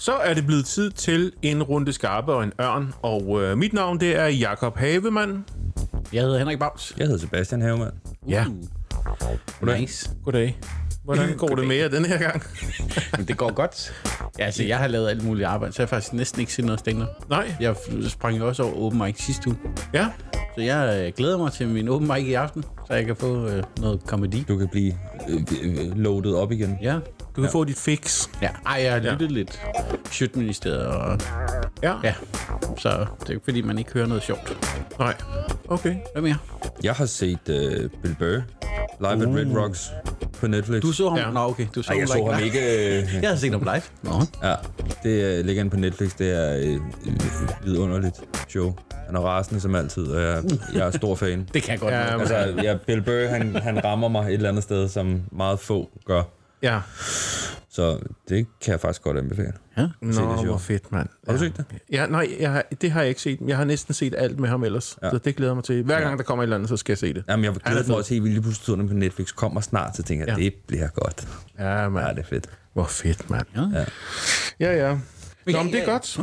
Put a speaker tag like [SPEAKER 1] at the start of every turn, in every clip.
[SPEAKER 1] Så er det blevet tid til en runde skarpe og en ørn, og mit navn det er Jakob Havemann.
[SPEAKER 2] Jeg hedder Henrik Baus.
[SPEAKER 3] Jeg hedder Sebastian Havemann.
[SPEAKER 1] Ja.
[SPEAKER 2] Nice.
[SPEAKER 1] Goddag. Hvordan går det med jer den her gang?
[SPEAKER 2] Det går godt. Ja, altså, jeg har lavet alt muligt arbejde, så jeg har faktisk næsten ikke set noget stand-up.
[SPEAKER 1] Nej.
[SPEAKER 2] Jeg sprang jo også over open mic sidste uge.
[SPEAKER 1] Ja.
[SPEAKER 2] Så jeg glæder mig til min open mic i aften, så jeg kan få noget komedi.
[SPEAKER 3] Du kan blive loadet op igen.
[SPEAKER 2] Ja.
[SPEAKER 1] Du kan få dit fix.
[SPEAKER 2] Ja. Ej, jeg har lyttet lidt. Sjøtministeriet og...
[SPEAKER 1] Ja.
[SPEAKER 2] Ja. Så det er ikke fordi, man ikke hører noget sjovt.
[SPEAKER 1] Nej. Okay.
[SPEAKER 2] Hvad mere?
[SPEAKER 3] Jeg har set Bill Burr live at Red Rocks på Netflix.
[SPEAKER 2] Du så ham?
[SPEAKER 1] Ja.
[SPEAKER 2] Nå, okay. Du så
[SPEAKER 3] Ej, jeg så ham ikke.
[SPEAKER 2] Jeg har set ham live. Nå.
[SPEAKER 3] Ja, det ligger inde på Netflix. Det er et vidunderligt show. Han er rasende som altid, og jeg er stor fan.
[SPEAKER 2] Det kan jeg godt lide.
[SPEAKER 3] Altså, Bill Burr, han rammer mig et eller andet sted, som meget få gør.
[SPEAKER 1] Ja.
[SPEAKER 3] Så det kan jeg faktisk godt anbefale.
[SPEAKER 2] Ja.
[SPEAKER 1] Nå, hvor fedt, mand.
[SPEAKER 3] Har du set det?
[SPEAKER 1] Ja, nej, det har jeg ikke set. Jeg har næsten set alt med ham ellers, så det glæder mig til. Hver gang der kommer et eller andet, så skal jeg se det.
[SPEAKER 3] Jamen, jeg var glad for at se, at vi lige pludselig stod på Netflix. Kommer snart, så tænker jeg, det bliver godt.
[SPEAKER 1] Ja, mand.
[SPEAKER 3] Ja, det er fedt.
[SPEAKER 1] Hvor fedt, mand.
[SPEAKER 2] Ja.
[SPEAKER 1] Ja. Nå, men det er godt.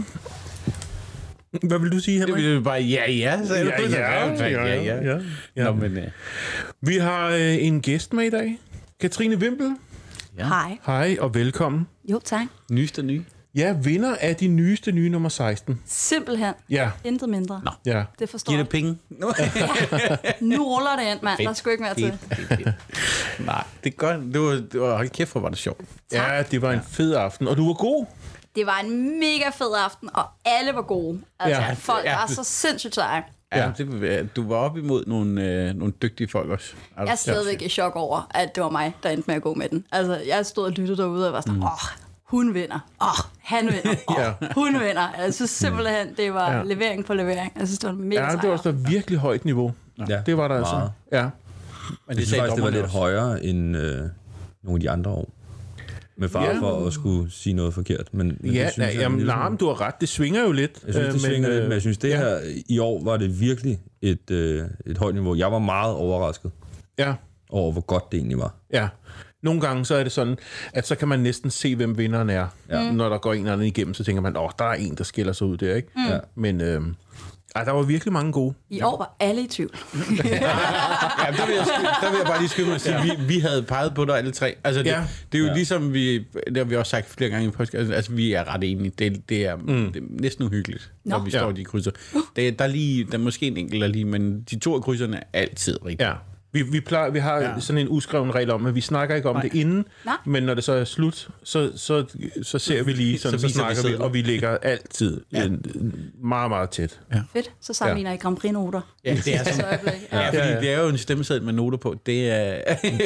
[SPEAKER 1] Hvad vil du sige, Henrik?
[SPEAKER 2] Det vil bare ja. Så ja. Nå, men...
[SPEAKER 1] Vi har en gæst med i dag. Katrine Wimpel.
[SPEAKER 2] Ja.
[SPEAKER 4] Hej.
[SPEAKER 1] Hej og velkommen.
[SPEAKER 4] Jo, tak.
[SPEAKER 2] Nyeste nye.
[SPEAKER 1] Ja, vinder af de nyeste nye nummer 16.
[SPEAKER 4] Simpelthen.
[SPEAKER 1] Ja.
[SPEAKER 4] Intet mindre.
[SPEAKER 2] Nå.
[SPEAKER 1] Ja.
[SPEAKER 4] Det forstår
[SPEAKER 2] Giv
[SPEAKER 4] jeg.
[SPEAKER 2] det penge.
[SPEAKER 4] Nu ruller det ind, mand. Der er sgu ikke mere til.
[SPEAKER 2] Nej, det er godt. Det var hold kæft, hvor var det sjovt.
[SPEAKER 1] Ja, det var en fed aften. Og du var god.
[SPEAKER 4] Det var en mega fed aften, og alle var gode. Altså,
[SPEAKER 1] Ja.
[SPEAKER 4] folk var så sindssygt seje.
[SPEAKER 2] Ja, du var op imod nogle dygtige folk også.
[SPEAKER 4] Jeg er stadigvæk i chok over, at det var mig, der endte med at gå med den. Altså, jeg stod og lyttede derude og var sådan, hun vinder. Han vinder. Hun vinder. Jeg synes simpelthen, det var levering på levering. Jeg synes, det var mega
[SPEAKER 1] Ja,
[SPEAKER 4] sejr.
[SPEAKER 1] det var også virkelig højt niveau.
[SPEAKER 3] Ja,
[SPEAKER 1] Det var der altså.
[SPEAKER 3] meget.
[SPEAKER 1] Ja.
[SPEAKER 2] Men
[SPEAKER 3] Jeg synes faktisk, det var lidt højere end nogle af de andre år. Med far for at skulle sige noget forkert. Men det synes jeg,
[SPEAKER 1] men du har ret. Det svinger jo lidt.
[SPEAKER 3] Jeg synes, det svinger lidt, men jeg synes, det her i år var det virkelig et højt niveau. Jeg var meget overrasket over, hvor godt det egentlig var.
[SPEAKER 1] Ja. Nogle gange så er det sådan, at så kan man næsten se, hvem vinderen er. Ja. Når der går en eller anden igennem, så tænker man, der er en, der skiller sig ud der, ikke? Ja. Men der var virkelig mange gode.
[SPEAKER 4] I år var alle i tvivl.
[SPEAKER 2] Ja, der vil jeg bare lige skynde mig at sige, vi havde peget på dig alle tre. Altså, det er jo ligesom, det har vi også sagt flere gange i podcast, altså vi er ret enige. Det er næsten uhyggeligt, når vi står i de krydser. Der er måske en enkelt, der lige, men de to af krydserne er altid rigtigt.
[SPEAKER 1] Ja. Vi har sådan en uskreven regel om, at vi snakker ikke om det inden, men når det så er slut, så ser vi lige sådan, så snakker vi, og vi ligger altid meget, meget tæt. Ja.
[SPEAKER 4] Fedt. Så sammenligner I Grand Prix-noter.
[SPEAKER 2] Ja, det er sådan. Fordi det er jo en stemmeseddel med noter på. Det er...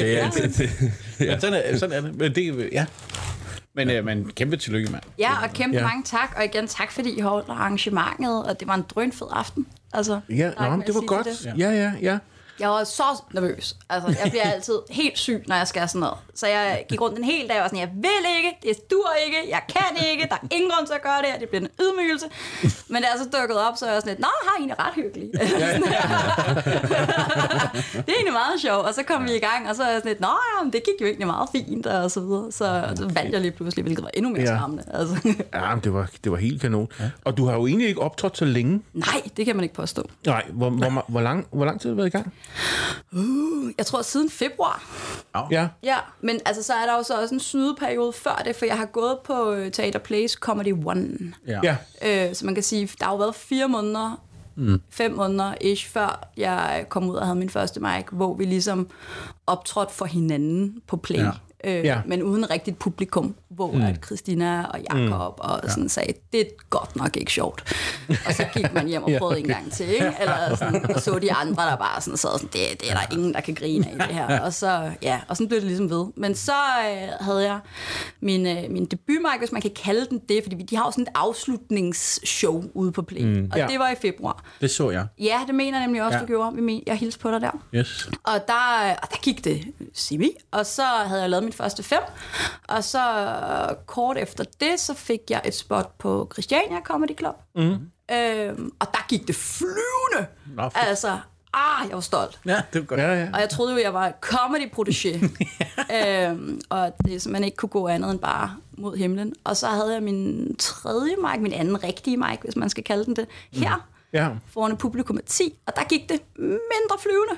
[SPEAKER 2] Sådan er det. Men det Men kæmpe tillykke, mand.
[SPEAKER 4] Ja, og kæmpe mange tak. Og igen tak, fordi I holdt arrangementet, og det var en drønfed aften. Altså,
[SPEAKER 1] det var godt. Ja.
[SPEAKER 4] Jeg var så nervøs. Altså, jeg bliver altid helt syg, når jeg skal sådan noget. Så jeg gik rundt en hel dag og var sådan, jeg vil ikke, det dur ikke, jeg kan ikke, der er ingen grund til at gøre det her, det bliver en ydmygelse. Men da jeg så dukkede op, så var jeg sådan lidt, jeg har egentlig ret hyggelig. Det er egentlig meget sjovt. Og så kom vi i gang, og så var jeg sådan lidt, det gik jo egentlig meget fint, og så videre. Så valgte jeg lige pludselig, hvilket var endnu mere skræmmende. Altså.
[SPEAKER 1] Ja, men det var helt kanon. Ja. Og du har jo egentlig ikke optrådt så længe.
[SPEAKER 4] Nej, det kan man ikke påstå.
[SPEAKER 1] Nej, hvor lang tid har du været i gang?
[SPEAKER 4] Jeg tror siden februar.
[SPEAKER 1] Ja.
[SPEAKER 4] Ja, men altså, så er der jo så også en snydeperiode før det, for jeg har gået på Teater Place Comedy One.
[SPEAKER 1] Ja.
[SPEAKER 4] Så man kan sige, der har jo været 4 måneder, 5 måneder ish, før jeg kom ud og havde min første mic, hvor vi ligesom optrådte for hinanden på Play. Men uden rigtigt publikum, hvor at Christina og Jakob og sådan sagde, det er godt nok ikke sjovt. Og så gik man hjem og prøvede en gang til, ikke? Eller sådan, og så de andre, der bare sådan sad sådan, det er der ingen, der kan grine af det her. Og så, og sådan blev det ligesom ved. Men så havde jeg min debutmark, hvis man kan kalde den det, fordi de har jo sådan et afslutningsshow ude på Play. Og det var i februar.
[SPEAKER 2] Det så jeg.
[SPEAKER 4] Ja, det mener jeg nemlig også, du gjorde. Jeg hilste på dig der.
[SPEAKER 2] Yes.
[SPEAKER 4] Og der gik det semi, og så havde jeg lavet mit første 5, og så kort efter det, så fik jeg et spot på Christiania Comedy Club. Og der gik det flyvende. Altså, jeg var stolt.
[SPEAKER 2] Ja, det var godt. Ja.
[SPEAKER 4] Og jeg troede jo, jeg var comedy-protégé. Og det man ikke kunne gå andet end bare mod himlen. Og så havde jeg min tredje mic, min anden rigtige mic, hvis man skal kalde den det, her. Ja. Foran et publikum af 10, og der gik det mindre flyvende.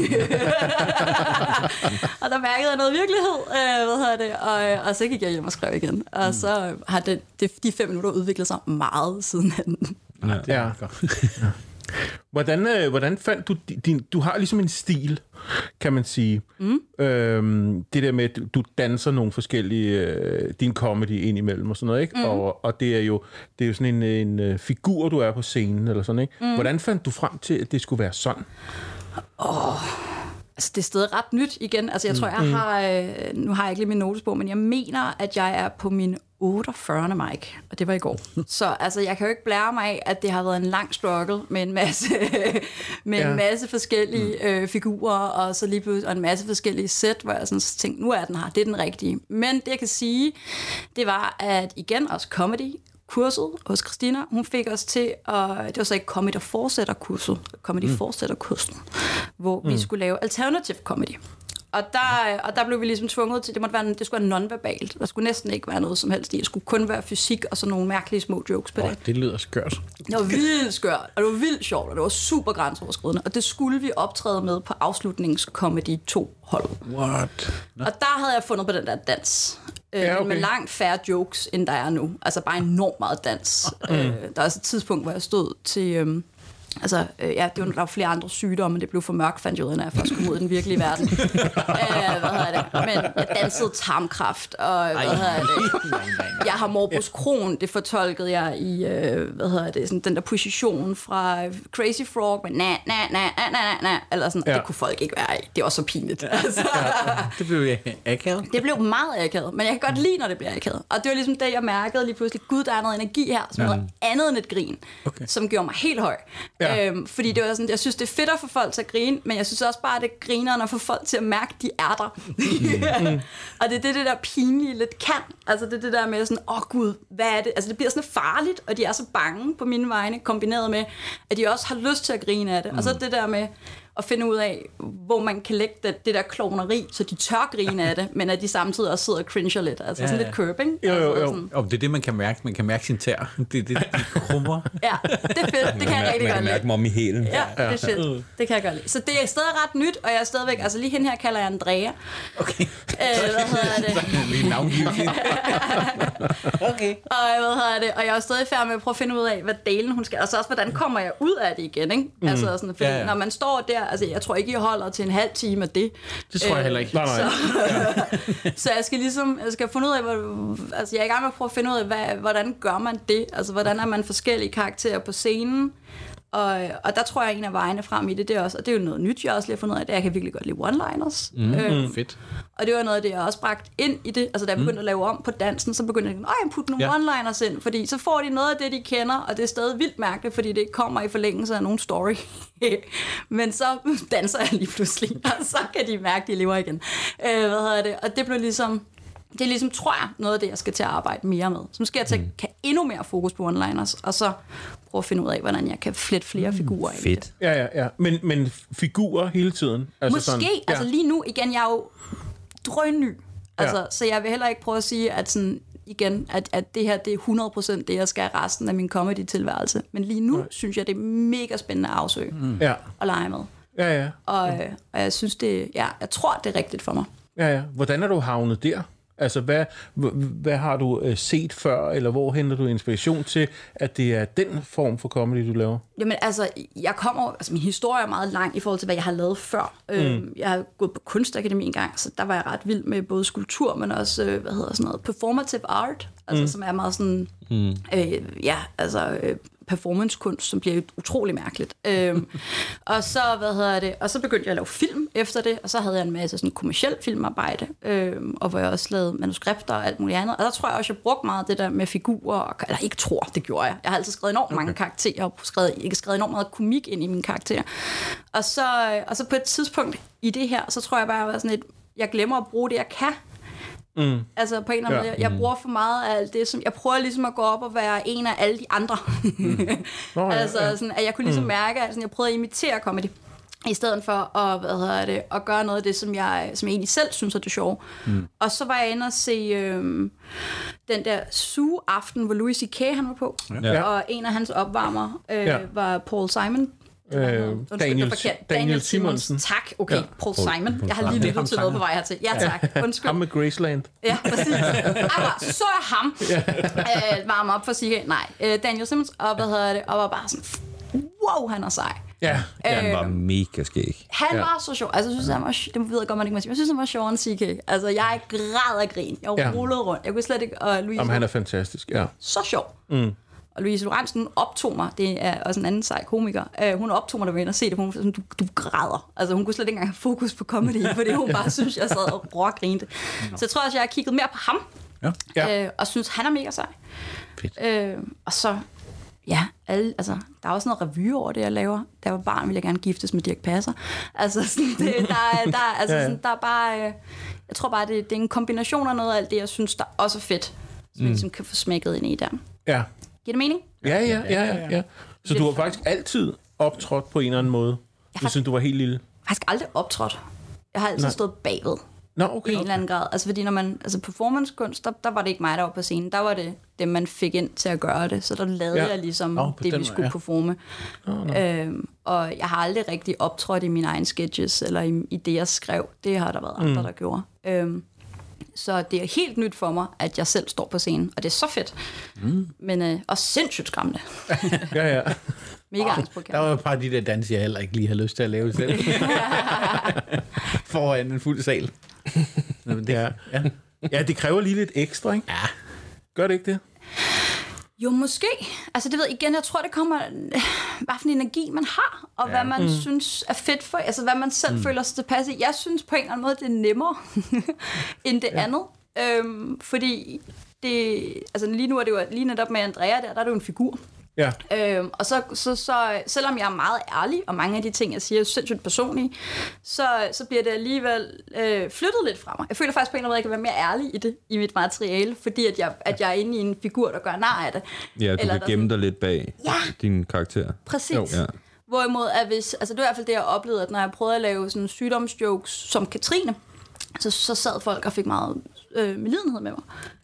[SPEAKER 4] Og der mærkede jeg noget virkelighed, og så gik jeg hjem og skrev igen. Og så har de 5 minutter udviklet sig meget siden hen.
[SPEAKER 1] Ja. Hvordan fandt du du har ligesom en stil, kan man sige. Det der med, at du danser nogle forskellige din comedy ind imellem og sådan noget, ikke? Og det er jo sådan en figur, du er på scenen eller sådan, ikke? Hvordan fandt du frem til, at det skulle være sådan?
[SPEAKER 4] Altså, det er stadig ret nyt igen. Altså, jeg tror, jeg har... nu har jeg ikke lige min notesbog, men jeg mener, at jeg er på min 48. mic, og det var i går. Så altså, jeg kan jo ikke blære mig af, at det har været en lang struggle med en masse, en masse forskellige figurer, og så lige pludselig en masse forskellige sæt, hvor jeg sådan tænkte, nu er den her, det er den rigtige. Men det, jeg kan sige, det var, at igen også comedy, kurset hos Christina, hun fik os til at, det var så ikke comedy fortsætter kurset, hvor vi skulle lave alternative comedy. Og der blev vi ligesom tvunget til, det skulle være nonverbalt. Der skulle næsten ikke være noget som helst i. Det skulle kun være fysik og så nogle mærkelige små jokes på det.
[SPEAKER 2] Det lyder skørt.
[SPEAKER 4] Det var vildt skørt, og det var vildt sjovt, og det var super grænseoverskridende. Og det skulle vi optræde med på afslutningscomedy 2-holdet.
[SPEAKER 2] What? No.
[SPEAKER 4] Og der havde jeg fundet på den der dans. Med langt færre jokes, end der er nu. Altså bare enormt meget dans. Der er også et tidspunkt, hvor jeg stod til... der var flere andre sygdomme, men det blev for mørkt, fandt jeg ud af, når jeg først kom ud i den virkelige verden. Men jeg dansede tarmkræft, og jeg har morbus Crohn, det fortolkede jeg i, sådan den der position fra Crazy Frog, med eller sådan, det kunne folk ikke være i. Det var så pinligt. Altså.
[SPEAKER 2] Det blev akavet.
[SPEAKER 4] Det blev meget akavet, men jeg kan godt lide, når det bliver akavet. Og det var ligesom det, jeg mærkede lige pludselig, gud, der er noget energi her, som noget andet end et grin, som gjorde mig helt høj. Fordi det var sådan, jeg synes, det er fedt at få folk til at grine, men jeg synes også bare, at det griner at få folk til at mærke, at de er der. Og det er det der pinlige lidt kan. Altså det der med sådan, gud, hvad er det? Altså det bliver sådan farligt, og de er så bange på mine vegne, kombineret med, at de også har lyst til at grine af det. Og så det der med at finde ud af, hvor man kan lægge det der klovneri, så de tør grine af det, men at de samtidig også sidder og cringer lidt. Altså sådan lidt curbing.
[SPEAKER 1] Jo.
[SPEAKER 2] Og det er det, man kan mærke. Man kan mærke sin tær. Det de krummer.
[SPEAKER 4] Ja, det er fedt. Det kan jeg rigtig godt lide.
[SPEAKER 3] Man kan mærke dem om i hælen.
[SPEAKER 4] Ja, det er fedt. Det kan jeg godt lide. Så det er stadig ret nyt, og jeg er stadigvæk... Altså lige hende her kalder jeg Andrea.
[SPEAKER 2] Okay.
[SPEAKER 4] Hvad hedder det?
[SPEAKER 2] Lige navngivning.
[SPEAKER 4] Okay. Og jeg er stadig i færd med at prøve at finde ud af, hvad delen hun skal. Og så også, hvordan kommer jeg ud af det igen, ikke? Altså sådan, fordi når man står der... Altså, jeg tror ikke, I holder til en halv time af det.
[SPEAKER 2] Det tror jeg heller ikke.
[SPEAKER 4] Så jeg skal ligesom... Jeg skal finde ud af... jeg er i gang med at prøve at finde ud af, hvordan gør man det? Altså, hvordan er man forskellige karakterer på scenen? Og der tror jeg, en af vejene frem i det er også, og det er jo noget nyt, jeg også lige har fundet ud af, det jeg kan virkelig godt lide one-liners.
[SPEAKER 2] Fedt.
[SPEAKER 4] Og det var noget af det, jeg også bragt ind i det. Altså da jeg begyndte at lave om på dansen, så begyndte jeg at putte nogle one-liners ind, fordi så får de noget af det, de kender, og det er stadig vildt mærkeligt, fordi det ikke kommer i forlængelse af nogen story. Men så danser jeg lige pludselig, og så kan de mærke, de lever igen. Og det blev ligesom... Det er ligesom, tror jeg, noget af det, jeg skal til at arbejde mere med. Så nu skal jeg til at have endnu mere fokus på one-liners, og så prøve at finde ud af, hvordan jeg kan flette flere figurer ind i det.
[SPEAKER 1] Ja. Men figurer hele tiden?
[SPEAKER 4] Altså måske. Sådan, altså lige nu, igen, jeg er jo drønny. Altså, så jeg vil heller ikke prøve at sige, at sådan, igen, at det her, det er 100% det, jeg skal resten af min comedy-tilværelse. Men lige nu synes jeg, det er mega spændende at afsøge og lege med.
[SPEAKER 1] Ja.
[SPEAKER 4] Og jeg synes, jeg tror, det er rigtigt for mig.
[SPEAKER 1] Ja. Hvordan er du havnet der? Altså, hvad har du set før, eller hvor henter du inspiration til, at det er den form for comedy, du laver?
[SPEAKER 4] Jamen, altså, min historie er meget lang i forhold til, hvad jeg har lavet før. Jeg har gået på Kunstakademi en gang, så der var jeg ret vild med både skulptur, men også, performative art, altså, som er meget sådan, performancekunst, som bliver utrolig mærkeligt. Og så, og så begyndte jeg at lave film efter det, og så havde jeg en masse sådan kommercielt filmarbejde, og hvor jeg også lavede manuskripter og alt muligt andet. Og der tror jeg også, jeg brugte meget det der med figurer, eller ikke tror, det gjorde jeg. Jeg har altid skrevet enormt mange karakterer, og skrevet enormt meget komik ind i mine karakterer. Og så på et tidspunkt i det her, så tror jeg bare, at jeg glemmer at bruge det, jeg kan. Altså på en eller anden måde, jeg bruger for meget af alt det, som jeg prøver ligesom at gå op og være en af alle de andre. Sådan, at jeg kunne ligesom mærke, at jeg prøvede at imitere comedy. i stedet for at gøre noget af det, som jeg egentlig selv synes er det sjove. Og så var jeg inde og se den der Zoo-aften, hvor Louis C.K. han var på, og en af hans opvarmer var Paul Simon.
[SPEAKER 1] Daniel Simonsen.
[SPEAKER 4] Tak, okay, Paul Simon. Jeg har lige lyttet til noget på vej hertil. Ja, tak. Undskyld.
[SPEAKER 1] Ham med Graceland.
[SPEAKER 4] Ja, præcis. Så jeg ham varme op for CK. Nej, Daniel Simmons, og og var bare sådan, wow, han er sej.
[SPEAKER 3] Ja, han var mega skæg.
[SPEAKER 4] Han var så sjov. Altså, jeg synes, han var det ved jeg godt, man ikke må sige. Jeg synes, han var sjov end CK. Altså, jeg græd af grin. Jeg rullede rundt. Jeg kunne slet ikke... Og Louise,
[SPEAKER 1] han er fantastisk,
[SPEAKER 4] så sjov. Og Louise Lorentzen optog mig, det er også en anden sej komiker, hun optog mig, der var inde og se det, hun var sådan, du græder. Altså hun kunne slet ikke engang have fokus på comedy, fordi hun bare synes, jeg sad og rågrinte. Så jeg tror også, jeg har kigget mere på ham, og synes, han er mega sej. Og så, der er også noget revy over det, jeg laver. Da jeg var barn, ville jeg gerne giftes med Dirch Passer. Altså, sådan, der er bare... Jeg tror bare, det er en kombination af noget af alt det, jeg synes, der også er fedt, som jeg ligesom kan få smækket ind i der.
[SPEAKER 1] Ja.
[SPEAKER 4] Giver det mening?
[SPEAKER 1] Ja. Så du har faktisk altid optrådt på en eller anden måde, siden du var helt lille?
[SPEAKER 4] Jeg har faktisk aldrig optrådt. Jeg har altid stået bagved.
[SPEAKER 1] Okay.
[SPEAKER 4] I en eller anden grad. Altså fordi når man... Altså performancekunst, der var det ikke mig, der var på scenen. Der var det dem, man fik ind til at gøre det. Så der lavede jeg ligesom det, vi skulle performe. Og jeg har aldrig rigtig optrådt i mine egne sketches, eller i det, jeg skrev. Det har der været andre, der gjorde. Så det er helt nyt for mig, at jeg selv står på scenen, og det er så fedt. Men også sindssygt skræmmende.
[SPEAKER 1] Ja.
[SPEAKER 4] Mega angstprovokerende.
[SPEAKER 2] Der var et par af de der danse, jeg heller ikke lige har lyst til at lave selv. Foran en fuld sal.
[SPEAKER 1] Ja, det kræver lige lidt ekstra, ikke?
[SPEAKER 2] Ja.
[SPEAKER 1] Gør det ikke det?
[SPEAKER 4] Jo, måske. Altså, det ved igen, jeg tror, det kommer, hvad for en energi man har, og hvad man synes er fedt for, altså hvad man selv føler sig tilpas i. Jeg synes på en eller anden måde, det er nemmere end det andet. Fordi det, altså lige nu er det jo lige netop med Andrea der er det jo en figur.
[SPEAKER 1] Ja.
[SPEAKER 4] Og så selvom jeg er meget ærlig, og mange af de ting, jeg siger, er sindssygt personlige, så bliver det alligevel flyttet lidt fra mig. Jeg føler faktisk på en eller anden måde, at jeg kan være mere ærlig i det, i mit materiale, fordi at jeg er inde i en figur, der gør nar af det.
[SPEAKER 3] Ja, du kan gemme dig lidt bag din karakter.
[SPEAKER 4] Præcis. Ja. Hvorimod, at det er i hvert fald det, jeg oplevede, at når jeg prøvede at lave sådan sygdomsjokes som Katrine, så sad folk og fik meget medlidenhed med mig.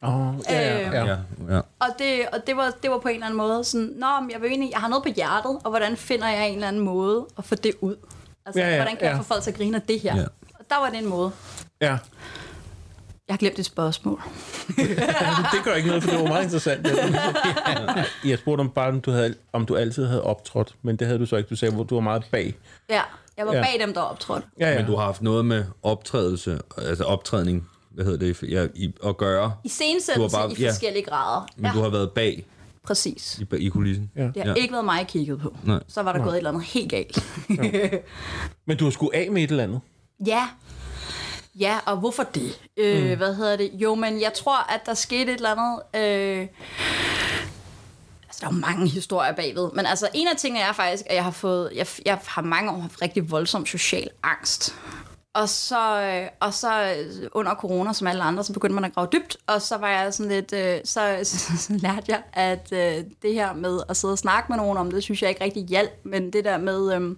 [SPEAKER 4] Og det var på en eller anden måde sådan, jeg har noget på hjertet, og hvordan finder jeg en eller anden måde at få det ud? Altså, hvordan kan jeg få folk til at grine af det her? Ja. Og der var det en måde. Ja. Jeg har glemt et spørgsmål.
[SPEAKER 1] Det gør ikke noget, for det var meget interessant. Jeg spurgte om du altid havde optrådt, men det havde du så ikke. Du sagde, hvor du var meget bag.
[SPEAKER 4] Ja, jeg var bag dem, der optrådte.
[SPEAKER 3] Ja. Men du har haft noget med optrædning, hvad hedder det, at gøre.
[SPEAKER 4] I scenesættelse i forskellige grader.
[SPEAKER 3] Men du har været bag.
[SPEAKER 4] Præcis.
[SPEAKER 3] I kulissen.
[SPEAKER 4] Ja. Det har ikke været mig, jeg kiggede på. Nej. Så var der gået et eller andet helt galt.
[SPEAKER 1] Men du har sgu af med et eller andet?
[SPEAKER 4] Ja, og hvorfor det? Hvad hedder det? Jo, men jeg tror, at der skete et eller andet... der er jo mange historier bagved, men altså en af tingene er faktisk, at jeg har mange år haft rigtig voldsom social angst. Og så under corona, som alle andre, så begyndte man at grave dybt, og så var jeg sådan lidt, så lærte jeg, at det her med at sidde og snakke med nogen om det, synes jeg ikke rigtig hjalp, men det der med,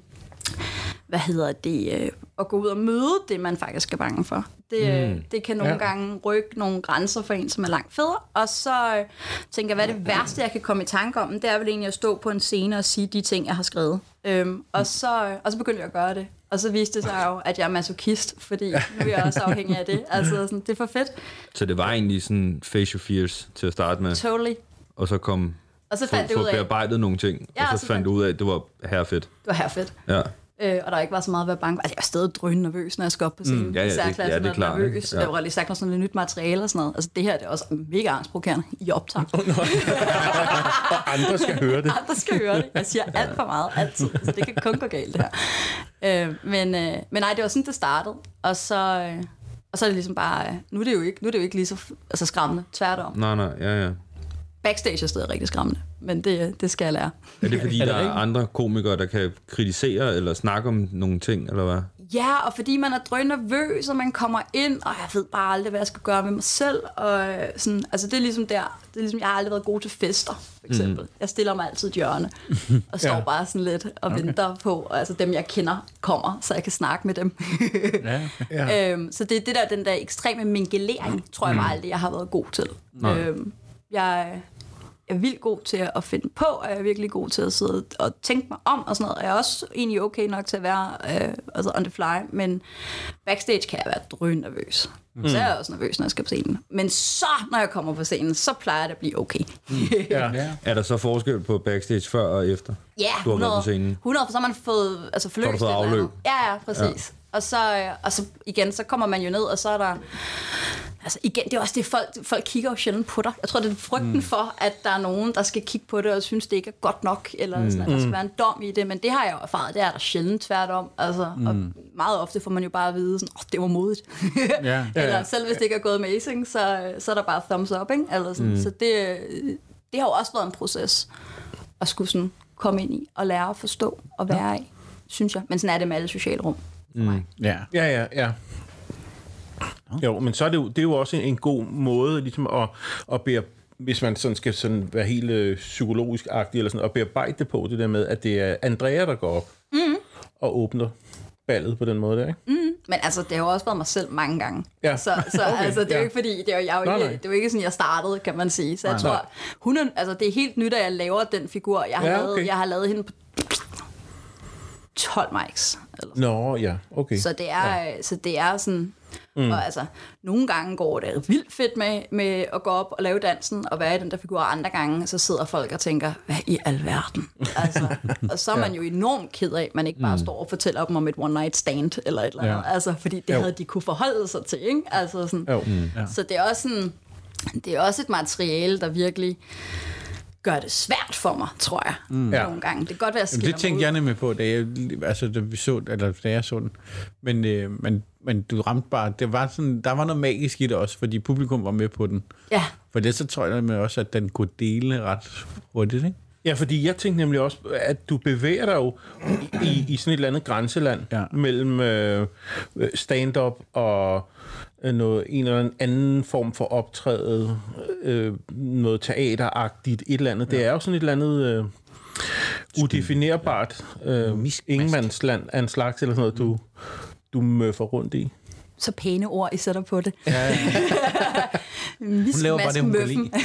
[SPEAKER 4] at gå ud og møde det, man faktisk er bange for. Det kan nogle gange rykke nogle grænser for en, som er langt federe. Og så tænker jeg, hvad er det værste, jeg kan komme i tanke om? Det er vel egentlig at stå på en scene og sige de ting, jeg har skrevet. Og så begyndte jeg at gøre det. Og så viste det sig jo, at jeg er masochist, fordi nu er jeg også afhængig af det. Altså, sådan, det er for fedt.
[SPEAKER 3] Så det var egentlig sådan face your fears til at starte med?
[SPEAKER 4] Totally.
[SPEAKER 3] Og så kom...
[SPEAKER 4] Og så fandt det ud af...
[SPEAKER 3] bearbejdet nogle ting, og så fandt du ud af, at det var herfedt. Det
[SPEAKER 4] var herfedt.
[SPEAKER 3] Ja.
[SPEAKER 4] Og der ikke var så meget at være bange. Altså, jeg er stadig drønende nervøs, når jeg skal op på scenen.
[SPEAKER 3] Det er klart.
[SPEAKER 4] Nervøs. Jeg var lige sagt noget sådan lidt nyt materiale og sådan noget. Altså, det her det er også mega angstprovokerende i optag.
[SPEAKER 1] Og andre skal høre det.
[SPEAKER 4] Andre skal høre det. Jeg siger alt for meget, altid. Så det kan kun gå galt, det her. Men nej, det var sådan, det startede. Og så er det ligesom bare... Nu er det jo ikke lige så skræmmende. Tværtom.
[SPEAKER 3] Nej, ja.
[SPEAKER 4] Backstage er stadig rigtig skræmmende, men det skal jeg lære.
[SPEAKER 3] Er det fordi, der er andre komikere, der kan kritisere eller snakke om nogle ting, eller hvad?
[SPEAKER 4] Ja, og fordi man er drønnervøs, og man kommer ind, og jeg ved bare aldrig, hvad jeg skal gøre med mig selv. Og sådan, altså det er ligesom der. Det er ligesom, jeg har aldrig været god til fester, for eksempel. Jeg stiller mig altid i et hjørne, og står bare sådan lidt og venter på, altså dem, jeg kender, kommer, så jeg kan snakke med dem. Så det er det der, den der ekstreme mingelering, tror jeg bare aldrig, jeg har været god til. Jeg er vildt god til at finde på, og jeg er virkelig god til at sidde og tænke mig om, og sådan noget. Og jeg er også egentlig okay nok til at være altså on the fly, men backstage kan jeg være drønnervøs. Så er jeg også nervøs, når jeg skal på scenen. Men så, når jeg kommer på scenen, så plejer det at blive okay.
[SPEAKER 3] Er der så forskel på backstage før og efter?
[SPEAKER 4] Ja, 100, for så har man fået forløst
[SPEAKER 3] det eller andet.
[SPEAKER 4] Ja, præcis. Ja. Og så igen, så kommer man jo ned, og så er der... Altså igen, det er også det, folk kigger jo sjældent på dig. Jeg tror, det er frygten for, at der er nogen, der skal kigge på det og synes, det ikke er godt nok, eller sådan, at der skal være en dom i det. Men det har jeg jo erfaret, det er der sjældent tværtom. Altså, og meget ofte får man jo bare at vide, sådan, det var modigt. Eller selv hvis det ikke er gået amazing, så er der bare thumbs up, ikke? Eller sådan. Så det har jo også været en proces at skulle sådan komme ind i og lære at forstå og være i, synes jeg. Men sådan er det med alle sociale rum for mig.
[SPEAKER 1] Ja. Jo, men så er det er jo også en god måde ligesom at hvis man sådan skal sådan være helt psykologisk-agtig eller sådan, at bearbejde det på det der med, at det er Andrea, der går op og åbner ballet på den måde der, ikke?
[SPEAKER 4] Men altså, det har jo også været mig selv mange gange.
[SPEAKER 1] Ja.
[SPEAKER 4] Så okay, altså, det er jo ikke fordi, det er jo ikke sådan, jeg startede, kan man sige. Så jeg tror, det er helt nyt, at jeg laver den figur. Jeg har lavet hende på 12 mics.
[SPEAKER 1] Nå, ja, okay.
[SPEAKER 4] Så det er sådan... Og altså, nogle gange går det vildt fedt med at gå op og lave dansen og være i den der figur, og andre gange så sidder folk og tænker, hvad i alverden? Altså, og så er man jo enormt ked af, at man ikke bare står og fortæller dem om et one night stand eller et eller andet, altså, fordi det havde de kunne forholde sig til, ikke? Altså, sådan. Så det er også sådan, det er også et materiale, der virkelig gør det svært for mig, tror jeg, nogle gange. Det kan godt være, at
[SPEAKER 2] det tænkte jeg nemlig på, da jeg så den. Men du ramte bare, det var sådan, der var noget magisk i det også, fordi publikum var med på den.
[SPEAKER 4] Ja.
[SPEAKER 2] For det så tror jeg også, at den kunne dele ret hurtigt, ikke?
[SPEAKER 1] Ja, fordi jeg tænkte nemlig også, at du bevæger dig jo i sådan et eller andet grænseland mellem stand-up og en eller anden form for optræde, noget teateragtigt, et eller andet. Det er jo sådan et eller andet udefinerbart ingenmandsland af en slags, eller sådan noget, du møffer rundt i.
[SPEAKER 4] Så pæne ord, I sætter på det.
[SPEAKER 2] Ja. Hun laver bare det, hun kan lide.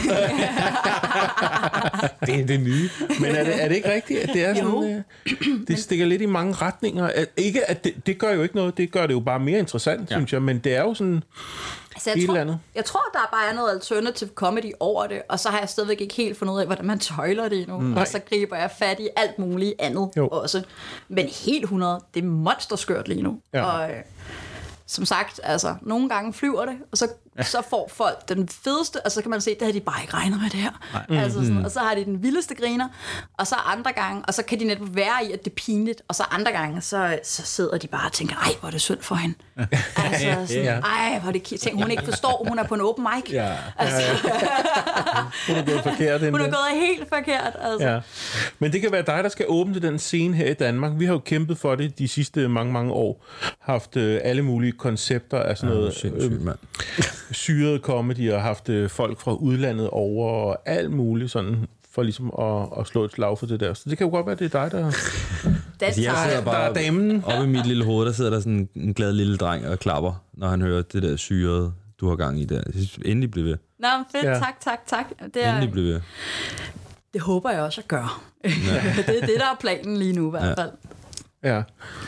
[SPEAKER 2] Det er det nye.
[SPEAKER 1] Men er det ikke rigtigt, at det er sådan... det stikker lidt i mange retninger. Ikke, at det gør jo ikke noget. Det gør det jo bare mere interessant, synes jeg. Men det er jo sådan...
[SPEAKER 4] Altså, jeg tror, der bare er noget alternative comedy over det, og så har jeg stadigvæk ikke helt fundet ud af, hvordan man tøjler det endnu. Og så griber jeg fat i alt muligt andet også. Men helt 100, det er monsterskørt lige nu. Ja. Og som sagt, altså, nogle gange flyver det, og så får folk den fedeste, og så kan man se, det har de bare ikke regnet med det her. Altså sådan, og så har de den vildeste griner, og så andre gange, og så kan de netop være i, at det er pinligt, og så andre gange, så sidder de bare og tænker, ej, hvor er det synd for hende. Altså sådan, ej, hvor er det ting, hun ikke forstår, hun er på en open mic.
[SPEAKER 1] Ja.
[SPEAKER 4] Altså.
[SPEAKER 1] Hun er gået forkert.
[SPEAKER 4] Hun er gået helt forkert. Altså. Ja.
[SPEAKER 1] Men det kan være dig, der skal åbne til den scene her i Danmark. Vi har jo kæmpet for det de sidste mange år. Haft alle mulige koncepter af sådan noget syret comedy, og haft folk fra udlandet over, og alt muligt sådan, for ligesom at slå et slag for det der. Så det kan jo godt være, det er dig, der...
[SPEAKER 3] Altså, jeg sidder bare oppe i mit lille hoved, der sidder der sådan en glad lille dreng og klapper, når han hører det der syrede, du har gang i der. Endelig bliver ved.
[SPEAKER 4] Nå, fedt, tak.
[SPEAKER 3] Endelig bliver ved.
[SPEAKER 4] Det håber jeg også at gøre. Ja. Det er det, der er planen lige nu i hvert fald.
[SPEAKER 1] Ja.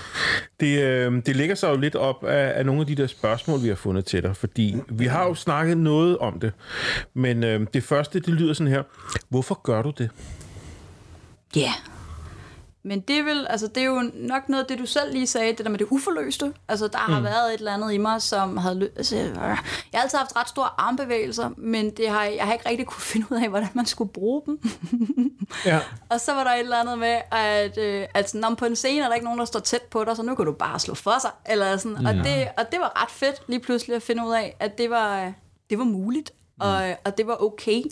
[SPEAKER 1] Det ligger sig jo lidt op af nogle af de der spørgsmål, vi har fundet til dig, fordi vi har jo snakket noget om det, men det første, det lyder sådan her. Hvorfor gør du det?
[SPEAKER 4] Ja. Yeah. Men det er jo nok noget af det, du selv lige sagde, det der med det uforløste. Altså, der har været et eller andet i mig, som havde... jeg har altid haft ret store armbevægelser, men jeg har ikke rigtig kunne finde ud af, hvordan man skulle bruge dem. Ja. Og så var der et eller andet med, at når på en scene er der ikke nogen, der står tæt på dig, så nu kan du bare slå for sig. Eller sådan. Og det var ret fedt lige pludselig at finde ud af, at det var muligt, og det var okay.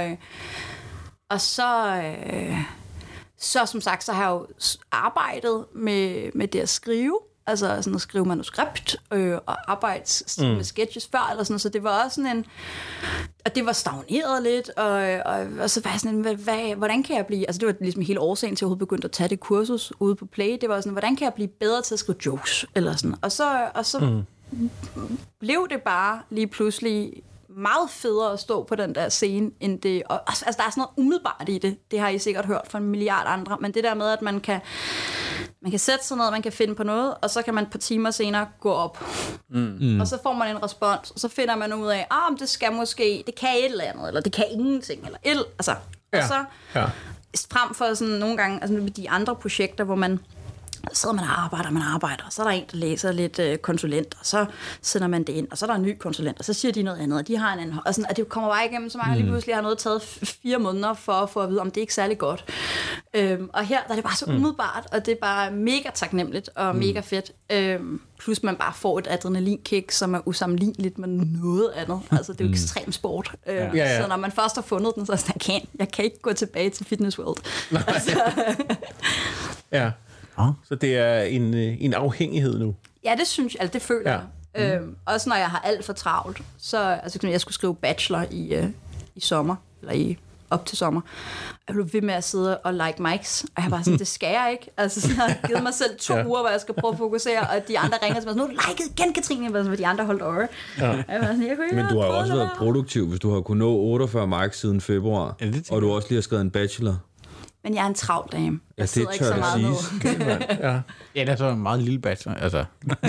[SPEAKER 4] Og så som sagt, så har jeg jo arbejdet med det at skrive. altså sådan at skrive manuskript og arbejde med sketches før, eller sådan, så det var også sådan en, og det var stagneret lidt, og så var jeg sådan, hvordan kan jeg blive, altså det var ligesom hele årsagen til, at jeg begyndte at tage det kursus ude på Play, det var sådan, hvordan kan jeg blive bedre til at skrive jokes, eller sådan, og så blev det bare lige pludselig meget federe at stå på den der scene, end det, og altså, der er sådan noget umiddelbart i det, det har I sikkert hørt fra en milliard andre, men det der med, at man kan sætte sig ned, man kan finde på noget, og så kan man et par timer senere gå op. Og så får man en respons, og så finder man ud af, om det skal måske, det kan et eller andet, eller det kan ingenting, eller altså. Og så frem for sådan nogle gange, altså med de andre projekter, hvor man sidder man og arbejder, og så er der en, der læser lidt konsulent, og så sender man det ind, og så er der en ny konsulent, og så siger de noget andet, og de har en anden, og sådan, at det kommer bare igennem så mange, lige pludselig har noget taget 4 måneder for at få at vide, om det er ikke særlig godt. Og her der er det bare så umiddelbart, og det er bare mega taknemmeligt og mega fedt. Plus man bare får et adrenalinkick, som er usammenligneligt med noget andet. Altså det er jo ekstrem sport. Så når man først har fundet den, så er det sådan, jeg kan ikke gå tilbage til Fitness World. Altså.
[SPEAKER 1] Ja. Så det er en afhængighed nu?
[SPEAKER 4] Ja, det synes jeg, altså, det føler jeg. Også når jeg har alt for travlt. Så altså, jeg skulle skrive bachelor i sommer, eller op til sommer. Jeg blev ved med at sidde og like mics, og jeg var sådan, det skal jeg ikke. Altså, så har jeg givet mig selv 2 uger, hvor jeg skal prøve at fokusere, og de andre ringer til mig sådan, nu liked igen, Katrine, hvor de andre holdt øje.
[SPEAKER 3] Men du har jo også været produktiv, hvis du har kunnet nå 48 mics siden februar, og du også lige har skrevet en bachelor.
[SPEAKER 4] Men jeg er en travl dame.
[SPEAKER 3] Ja, det tør ikke så meget
[SPEAKER 2] ja, det er så en meget lille bachelor. Altså.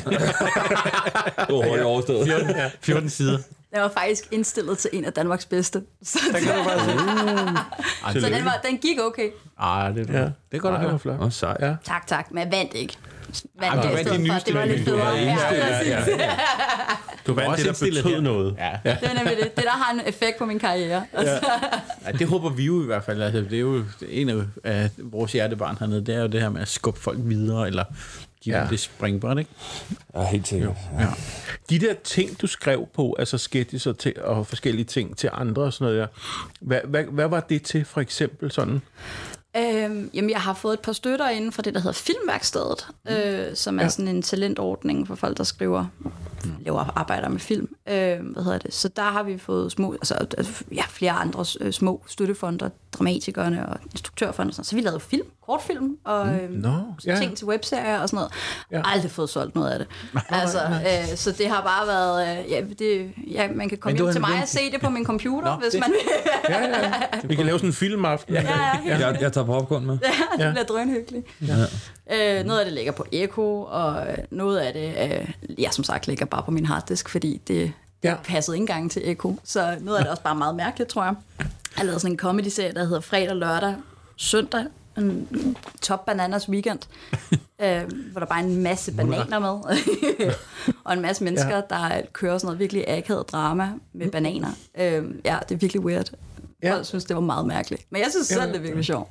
[SPEAKER 3] Du var hurtigt overstået.
[SPEAKER 2] 14 sider.
[SPEAKER 4] Jeg var faktisk indstillet til en af Danmarks bedste. Så
[SPEAKER 2] der kan du bare sige.
[SPEAKER 4] Så den gik okay.
[SPEAKER 2] Det er godt at høre.
[SPEAKER 3] Flot. Og sej. Ja.
[SPEAKER 4] Tak, men jeg vandt ikke.
[SPEAKER 2] Du vandt de nyeste.
[SPEAKER 4] Det var lidt federe.
[SPEAKER 1] Du vandt det, der betød noget.
[SPEAKER 4] Ja. Det er nemlig det. Det, der har en effekt på min karriere.
[SPEAKER 2] Ja, det håber vi jo i hvert fald. Altså, det er jo en af vores hjertebarn hernede. Det er jo det her med at skubbe folk videre, eller give dem det springbræt, ikke?
[SPEAKER 3] Ja, helt sikkert.
[SPEAKER 1] Ja. De der ting, du skrev på, altså sketches og forskellige ting til andre og sådan noget, hvad var det til, for eksempel sådan?
[SPEAKER 4] Jamen, jeg har fået et par støtter inden for det, der hedder Filmværkstedet, som er sådan en talentordning for folk, der skriver, laver arbejder med film. Så der har vi fået flere andre små støttefonder, dramatikerne og instruktørfonder. Så vi lavede film, kortfilm og ting til webserier og sådan noget. Jeg har aldrig fået solgt noget af det. Så det har bare været, man kan komme hjem til mig og se det på min computer, hvis man vil.
[SPEAKER 1] Vi kan lave sådan en filmaften.
[SPEAKER 3] Jeg tager popcorn med.
[SPEAKER 4] Ja, det bliver drønhyggeligt. Noget af det ligger på Echo, og noget af det, som sagt, ligger bare på min harddisk, fordi det passede ikke engang til Echo. Så noget af det er også bare meget mærkeligt, tror jeg. Jeg har lavet sådan en comedy-serie, der hedder Fredag, Lørdag, Søndag, en Top Bananas Weekend, hvor der bare er en masse bananer med, og en masse mennesker, der kører sådan noget virkelig akavet drama med bananer. Det er virkelig weird. Jeg synes, det var meget mærkeligt. Men jeg synes selv, det er virkelig sjovt.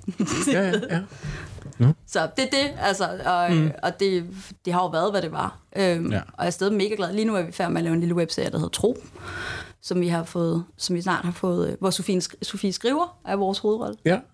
[SPEAKER 4] Så det er det, altså, og det har jo været, hvad det var. Og jeg er stadig mega glad. Lige nu er vi færdige med at lave en lille webserie, der hedder Tro, som vi snart har fået, hvor Sofie Skriver er vores hovedrolle.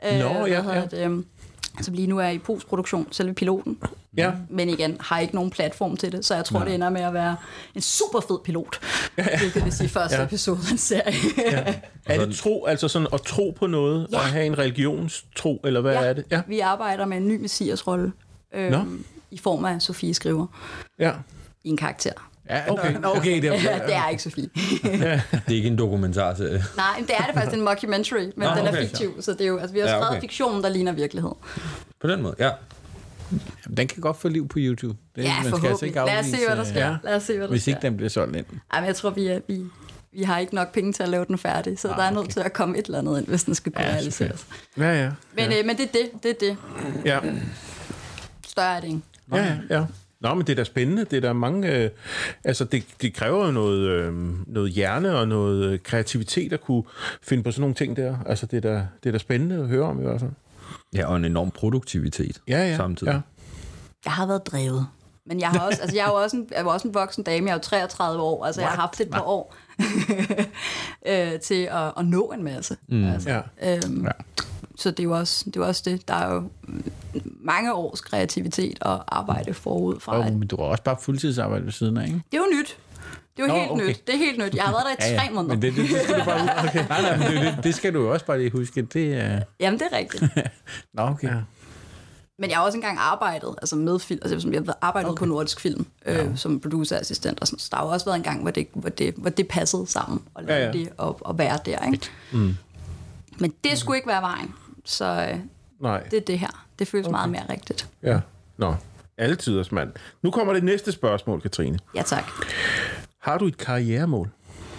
[SPEAKER 4] Som lige nu er i postproduktion, selve piloten. Ja. Men igen, har ikke nogen platform til det, så jeg tror, det ender med at være en super fed pilot. Det vil sige første episode af en serie.
[SPEAKER 1] Er det tro, altså sådan at tro på noget, og have en religionstro, eller hvad er det? Ja,
[SPEAKER 4] vi arbejder med en ny messiasrolle i form af Sofie Skriver. Ja. I en karakter.
[SPEAKER 2] Ja, okay, det
[SPEAKER 4] er ikke Sofie.
[SPEAKER 3] Det er ikke en dokumentarserie.
[SPEAKER 4] Nej, det er det faktisk en mockumentary, men den er fiktiv, så det er jo, altså vi har skrevet fiktion, der ligner virkelighed.
[SPEAKER 3] På den måde, ja.
[SPEAKER 2] Jamen, den kan godt få liv på YouTube.
[SPEAKER 4] Forhåbentlig. Lad os se, hvad der sker. Lad os se, hvad der
[SPEAKER 2] Hvis ikke den bliver solgt ind.
[SPEAKER 4] Jamen, jeg tror, vi har ikke nok penge til at lave den færdig, så der er nødt til at komme et eller andet ind, hvis den skal kunne realiseres.
[SPEAKER 1] Ja.
[SPEAKER 4] Men det er det.
[SPEAKER 1] Ja.
[SPEAKER 4] Større er det ikke.
[SPEAKER 1] Ja. Nå, men det er da spændende. Det er der mange... det kræver jo noget hjerne og noget kreativitet at kunne finde på sådan nogle ting der. Altså, det er da spændende at høre om i hvert fald.
[SPEAKER 3] Ja, og en enorm produktivitet samtidig. Ja.
[SPEAKER 4] Jeg har været drevet. Men jeg har også, jeg er jo også en voksen dame. Jeg er jo 33 år. Altså, jeg har haft et par år til at nå en masse. Så det er jo også det. Der er jo mange års kreativitet og arbejde forud fra.
[SPEAKER 2] Men du har også bare fuldtidsarbejde ved siden af, ikke?
[SPEAKER 4] Det er jo nyt. Det er jo helt nyt. Det er helt nyt. Jeg har været der i 3 måneder.
[SPEAKER 2] Men det skal du bare... Okay. Nej, men det skal du jo også bare lige huske.
[SPEAKER 4] Jamen, det er rigtigt.
[SPEAKER 2] Nå, okay. Ja.
[SPEAKER 4] Men jeg har også engang arbejdet altså med film, altså jeg har arbejdet på Nordisk Film som producerassistent og sådan. Så der har jo også været en gang, hvor det passede sammen og lave det og være der, ikke? Men det skulle ikke være vejen. Så det er det her. Det føles meget mere rigtigt.
[SPEAKER 1] Ja. Nå. Altiders mand. Nu kommer det næste spørgsmål, Katrine.
[SPEAKER 4] Ja, tak.
[SPEAKER 1] Har du et karrieremål?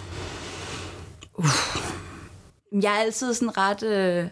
[SPEAKER 4] Jeg er altid sådan ret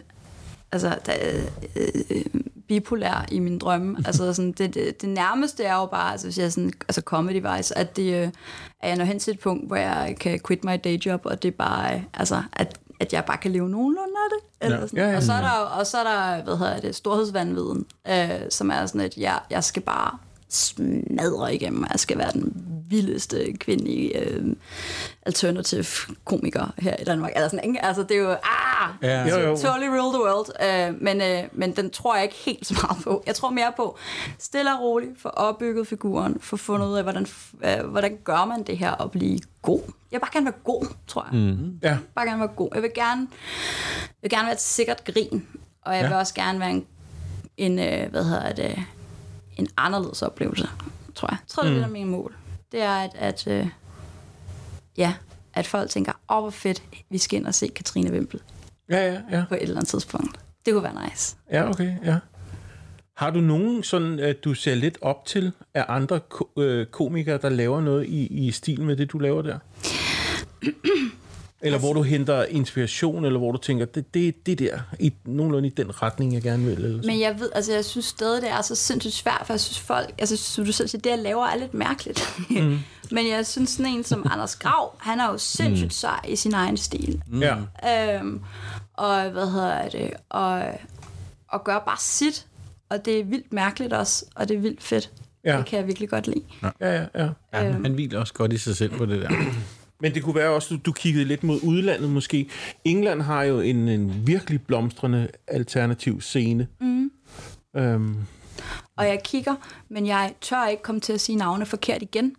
[SPEAKER 4] bipolær i mine drømme. Altså sådan, det nærmeste er jo bare, altså hvis jeg sådan, altså comedy-wise, at jeg når hen til et punkt, hvor jeg kan quit my day job, og det er bare, altså at jeg bare kan leve nogenlunde af det. Eller sådan. Ja. Og så er der storhedsvanviden, som er sådan, at jeg skal bare smadre igennem, jeg skal være den vildeste kvindelige alternative komiker her i Danmark. Eller sådan, ikke? Altså, det er jo, totally rule the world. Men den tror jeg ikke helt så meget på. Jeg tror mere på stille og roligt, få opbygget figuren, få fundet ud af, hvordan gør man det her og blive god. Jeg vil bare gerne være god, tror jeg. Bare gerne være god. Jeg vil gerne være et sikkert grin, og jeg vil også gerne være en anderledes oplevelse, tror jeg. Jeg tror, det er mine mål. Det er, at folk tænker, hvor fedt, vi skal ind og se Katrine Wimpel.
[SPEAKER 1] Ja.
[SPEAKER 4] På et eller andet tidspunkt. Det kunne være nice.
[SPEAKER 1] Ja, okay, ja. Har du nogen sådan, at du ser lidt op til af andre komikere, der laver noget i stil med det, du laver der? Eller hvor du henter inspiration, eller hvor du tænker, det der, nogenlunde i den retning, jeg gerne vil. Eller
[SPEAKER 4] men jeg ved, altså jeg synes stadig, det er så sindssygt svært, for jeg synes folk, altså som du selv siger, det jeg laver er lidt mærkeligt. Men jeg synes sådan en som Anders Grav, han er jo sindssygt sej i sin egen stil. Og gør bare sit, og det er vildt mærkeligt også, og det er vildt fedt. Det kan jeg virkelig godt lide.
[SPEAKER 1] Ja.
[SPEAKER 2] Han hviler også godt i sig selv på det der.
[SPEAKER 1] Men det kunne være også, at du kiggede lidt mod udlandet måske. England har jo en virkelig blomstrende alternativ scene.
[SPEAKER 4] Og jeg kigger, men jeg tør ikke komme til at sige navne forkert igen.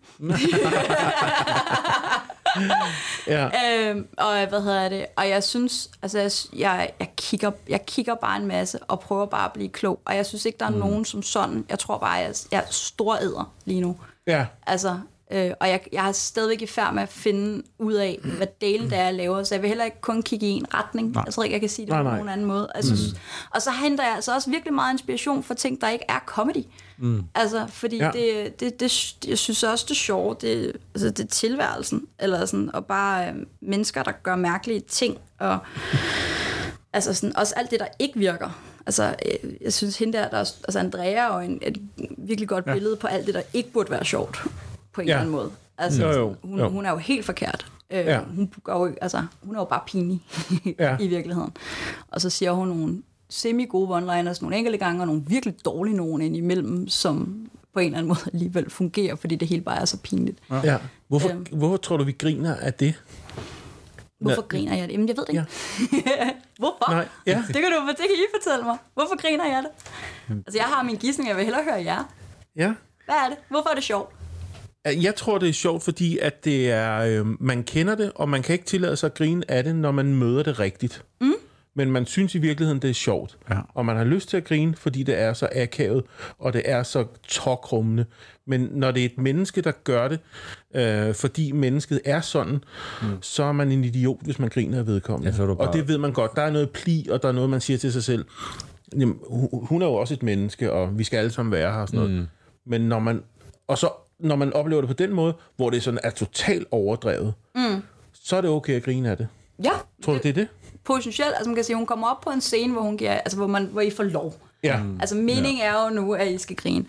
[SPEAKER 4] Og jeg synes, altså jeg kigger bare en masse og prøver bare at blive klog. Og jeg synes ikke, der er nogen som sådan. Jeg tror bare, jeg er storæder lige nu.
[SPEAKER 1] Ja.
[SPEAKER 4] Altså, og jeg er stadigvæk i færd med at finde ud af, hvad delen der jeg laver. Så jeg vil heller ikke kun kigge i en retning. Jeg tror ikke, jeg kan sige det på nogen anden måde. Altså, og så henter jeg altså også virkelig meget inspiration for ting, der ikke er comedy. Altså, fordi jeg synes også, det er sjovt. Det er tilværelsen. Eller sådan, og bare mennesker, der gør mærkelige ting. Og altså sådan, også alt det, der ikke virker. Altså, jeg synes, hende der altså Andrea er jo et virkelig godt billede på alt det, der ikke burde være sjovt. På en eller anden måde. Altså, hun er jo helt forkert. Hun er jo bare pinlig i virkeligheden. Og så siger hun nogle semi-gode one-liners nogle enkelte gange, og nogle virkelig dårlige nogen ind imellem, som på en eller anden måde alligevel fungerer, fordi det hele bare er så pinligt.
[SPEAKER 1] Ja. Hvorfor tror du, vi griner af det?
[SPEAKER 4] Hvorfor griner jeg det? Jamen, jeg ved det ikke. Hvorfor?
[SPEAKER 1] Nej, ja.
[SPEAKER 4] Det kan I fortælle mig. Hvorfor griner jeg det? Altså, jeg har min gidsning, jeg vil hellere høre jer.
[SPEAKER 1] Ja.
[SPEAKER 4] Hvad er det? Hvorfor er det sjovt?
[SPEAKER 1] Jeg tror, det er sjovt, fordi at det er, man kender det, og man kan ikke tillade sig at grine af det, når man møder det rigtigt. Men man synes i virkeligheden, det er sjovt. Ja. Og man har lyst til at grine, fordi det er så akavet, og det er så tokrummende. Men når det er et menneske, der gør det, fordi mennesket er sådan, så er man en idiot, hvis man griner af vedkommende. Og det ved man godt. Der er noget pli, og der er noget, man siger til sig selv. Jamen, hun er jo også et menneske, og vi skal alle sammen være her og sådan noget. Men når man oplever det på den måde, hvor det sådan er totalt overdrevet, så er det okay at grine af det.
[SPEAKER 4] Ja.
[SPEAKER 1] Tror du, det er det?
[SPEAKER 4] Potentielt. Altså man kan sige, hun kommer op på en scene, hvor hun giver, altså hvor I får lov.
[SPEAKER 1] Ja.
[SPEAKER 4] Altså meningen er jo nu, at I skal grine.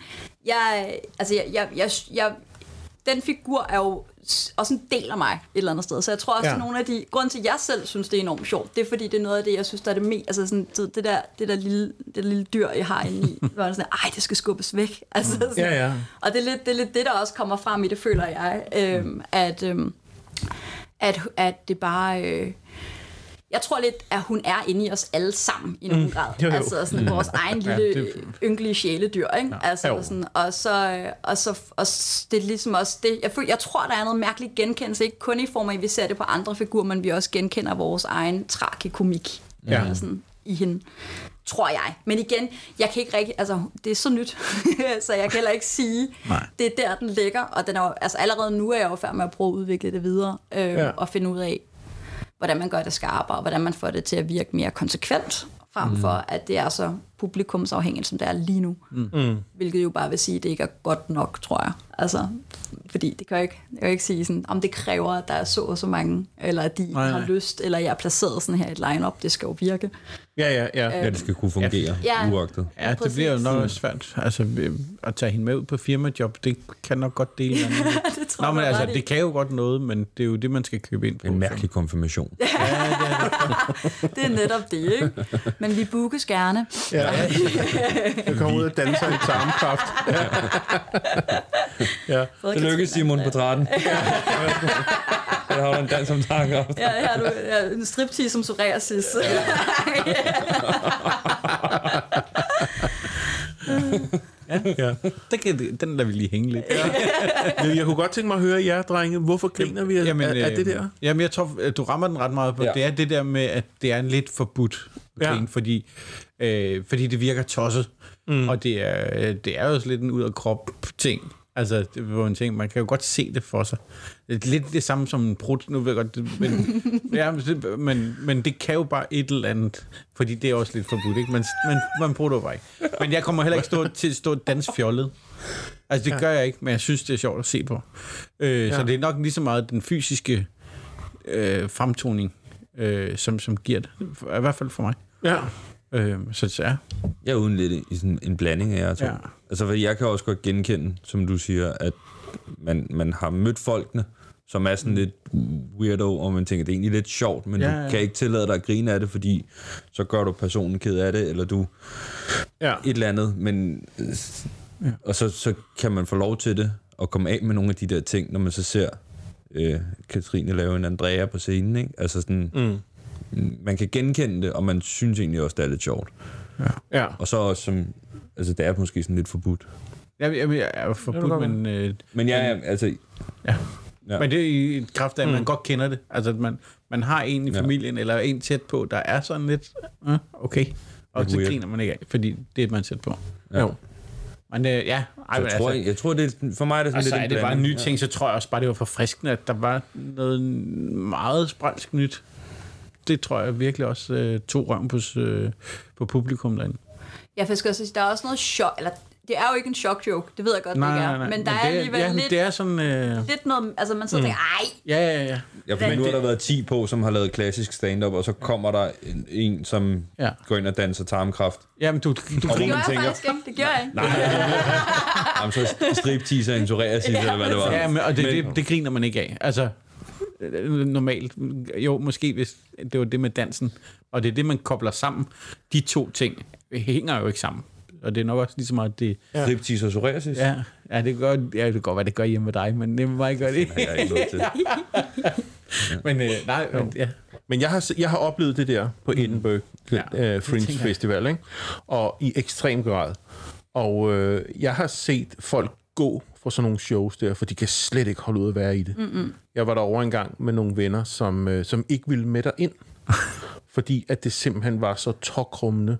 [SPEAKER 4] Den figur er jo også en del af mig et eller andet sted. Så jeg tror også, at nogle af de grunden til, at jeg selv synes, det er enormt sjovt, det er fordi, det er noget af det, jeg synes, der er det mest, altså sådan, det der lille dyr, jeg har inde i, hvor sådan, det skal skubbes væk. Altså, sådan, og det er lidt det, der også kommer frem i det, føler jeg, at det bare, Jeg tror lidt, at hun er inde i os alle sammen i nogen grad. Jo. Altså sådan vores egen lille ynkelige sjæledyr, ikke? Ja. Altså sådan, og så det er ligesom også det. Jeg tror, der er noget mærkeligt genkendelse, ikke kun i form af, at vi ser det på andre figurer, men vi også genkender vores egen tragikomik sådan, i hende. Tror jeg. Men igen, jeg kan ikke rigtig... Altså, det er så nyt, så jeg kan heller ikke sige, det er der, den ligger. Og den er jo, altså, allerede nu er jeg jo færdig med at prøve at udvikle det videre, og finde ud af, hvordan man gør det skarpere, og hvordan man får det til at virke mere konsekvent, frem for, at det er så publikumsafhængigt, som det er lige nu. Hvilket jo bare vil sige, at det ikke er godt nok, tror jeg. Altså, fordi det kan jeg ikke sige sådan, om det kræver, at der er så mange, eller at de har lyst, eller jeg er placeret sådan her i et line-up, det skal jo virke.
[SPEAKER 3] Ja, det skal kunne fungere, uagtet.
[SPEAKER 2] Ja, det bliver jo nok svært. Altså, at tage hende med ud på firmajob, det kan nok godt dele.
[SPEAKER 4] Det tror jeg,
[SPEAKER 2] men altså, det kan jo godt noget, men det er jo det, man skal købe ind på.
[SPEAKER 3] En mærkelig konfirmation.
[SPEAKER 4] Det er netop det, ikke? Men vi bookes gerne.
[SPEAKER 1] Ja. Jeg kommer ud og danser i tarmkraft.
[SPEAKER 3] Ja. Det lykkes, Simon, på 13. Jeg har en dans som tarmkraft.
[SPEAKER 4] Ja, her er du en striptease som psoriasis.
[SPEAKER 2] Den lader vi lige hænge lidt.
[SPEAKER 1] Jeg kunne godt tænke mig at høre jer, drenge. Hvorfor griner vi af det der?
[SPEAKER 2] Jamen, jeg tror, du rammer den ret meget på. Det er det der med, at det er en lidt forbudt grin, fordi det virker tosset. Og det er jo lidt en ud af krop ting. Altså, det var en ting, man kan jo godt se det for sig. Det er lidt det samme som en brud, nu ved jeg godt, men det kan jo bare et eller andet, fordi det er også lidt forbudt, ikke? Man bruger bare ikke. Men jeg kommer heller ikke til at stå dansfjollet. Altså, det gør jeg ikke, men jeg synes, det er sjovt at se på. Så det er nok lige så meget den fysiske fremtoning, som giver det. I hvert fald for mig.
[SPEAKER 1] Ja.
[SPEAKER 2] Så ja.
[SPEAKER 3] Jeg er uden lidt i sådan en blanding af jer to. Ja. Altså, jeg kan også godt genkende, som du siger, at man har mødt folkene, som er sådan lidt weirdo, og man tænker, det er egentlig lidt sjovt, men du kan ikke tillade dig at grine af det, fordi så gør du personen ked af det, eller du et eller andet, men og så kan man få lov til det, og komme af med nogle af de der ting, når man så ser Katrine lave en Andrea på scenen, ikke? Altså sådan... Man kan genkende det, og man synes egentlig også, det er lidt sjovt.
[SPEAKER 1] Ja.
[SPEAKER 3] Og så også som... Altså, det er måske sådan lidt forbudt.
[SPEAKER 2] Jeg er jo forbudt,
[SPEAKER 3] men jeg er... Altså...
[SPEAKER 2] Ja. Men det er i kraft af, at man godt kender det. Altså, at man har en i familien, eller en tæt på, der er sådan lidt... Okay. Og så griner man ikke af, fordi det er man tæt på.
[SPEAKER 3] Ja.
[SPEAKER 2] Men
[SPEAKER 3] jeg tror, det for mig er det sådan lidt...
[SPEAKER 2] Og så er det bare en ny ting, så tror jeg også bare, det var forfriskende, at der var noget meget sprælsk nyt. Det tror jeg virkelig også tog røven på publikum derinde.
[SPEAKER 4] Ja, for jeg skal også sige, der er også noget chok, eller det er jo ikke en shock-joke, det ved jeg godt, det ikke er. Men der er alligevel lidt...
[SPEAKER 2] det er sådan...
[SPEAKER 4] Lidt noget, altså man så tænker, ej!
[SPEAKER 2] Ja.
[SPEAKER 3] Ja, for nu har der været 10 på, som har lavet klassisk stand-up, og så kommer der en som går ind og danser tarmkraft.
[SPEAKER 2] Jamen, du
[SPEAKER 4] det gør jeg faktisk ikke, det gør jeg ikke.
[SPEAKER 3] Nej. Jamen, så stripteaser og psoriasis, eller hvad det var.
[SPEAKER 2] Ja, og det griner man ikke af. Altså... normalt. Jo, måske hvis det var det med dansen, og det er det, man kobler sammen. De to ting hænger jo ikke sammen. Og det er nok også lige så meget det...
[SPEAKER 3] Striptease og psoriasis?
[SPEAKER 2] Ja, det kan godt være, det gør hjemme med dig, men det må bare ikke gøre det.
[SPEAKER 3] Jeg er ikke nødt til.
[SPEAKER 2] Men nej,
[SPEAKER 1] Men jeg har oplevet det der på Edinburgh Fringe Festival, ikke? Og i ekstrem grad. Og jeg har set folk gå for sådan nogle shows der, for de kan slet ikke holde ud at være i det. Jeg var derovre en gang med nogle venner, som ikke ville med derind, fordi at det simpelthen var så tokrummende.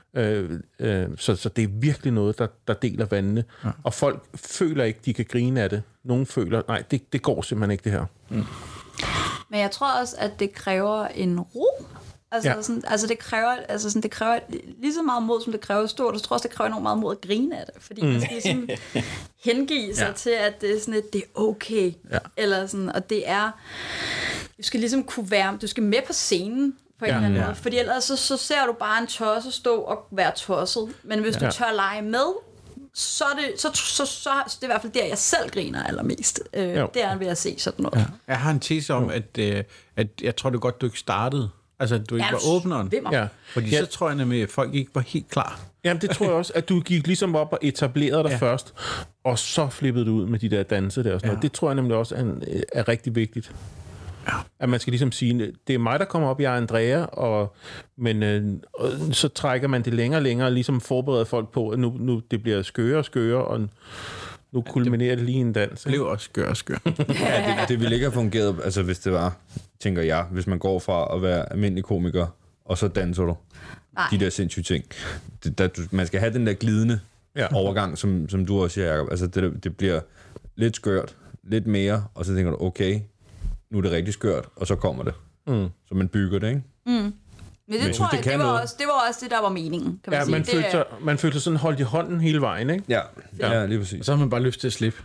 [SPEAKER 1] Så det er virkelig noget, der deler vandene. Ja. Og folk føler ikke, de kan grine af det. Nogle føler, nej, det går simpelthen ikke det her.
[SPEAKER 4] Men jeg tror også, at det kræver en ro. Det kræver lige så meget mod, som det kræver stort. Jeg tror også, det kræver enormt meget mod at grine af det. Fordi man skal ligesom hengive sig til, at det er sådan et, det er okay. Ja. Eller sådan, og det er... Du skal ligesom kunne være... Du skal med på scenen på en eller anden måde. Fordi ellers så ser du bare en tosse stå og være tosset. Men hvis du tør lege med, så er det, så det er i hvert fald der, jeg selv griner allermest. Det er ved at se sådan noget. Ja.
[SPEAKER 2] Jeg har en tese om, at jeg tror det godt, du ikke startede. Altså, at du ikke var åbneren.
[SPEAKER 1] Ja.
[SPEAKER 2] Fordi så tror jeg nemlig, at folk ikke var helt klar.
[SPEAKER 1] Jamen, det tror jeg også, at du gik ligesom op og etablerede dig først, og så flippede du ud med de der danse der og sådan noget. Det tror jeg nemlig også er rigtig vigtigt. At man skal ligesom sige, det er mig, der kommer op, jeg er Andrea, men så trækker man det længere og længere, og ligesom forbereder folk på, at nu det bliver skøre og skøre, og nu kulminerer det lige en dans.
[SPEAKER 2] Det blev også skør.
[SPEAKER 3] Det ville ikke have fungeret, altså hvis det var, tænker jeg, hvis man går fra at være almindelig komiker, og så danser du. Nej. De der sindssyge ting. Man skal have den der glidende overgang, som du også siger, Jacob. Altså det bliver lidt skørt, lidt mere, og så tænker du, okay, nu er det rigtig skørt, og så kommer det. Så man bygger det, ikke?
[SPEAKER 4] Men det tror jeg, det var også det, der var meningen, kan man sige.
[SPEAKER 1] Man følte sig sådan holdt i hånden hele vejen, ikke?
[SPEAKER 3] Ja, lige præcis.
[SPEAKER 2] Og så har man bare lyst til at slippe.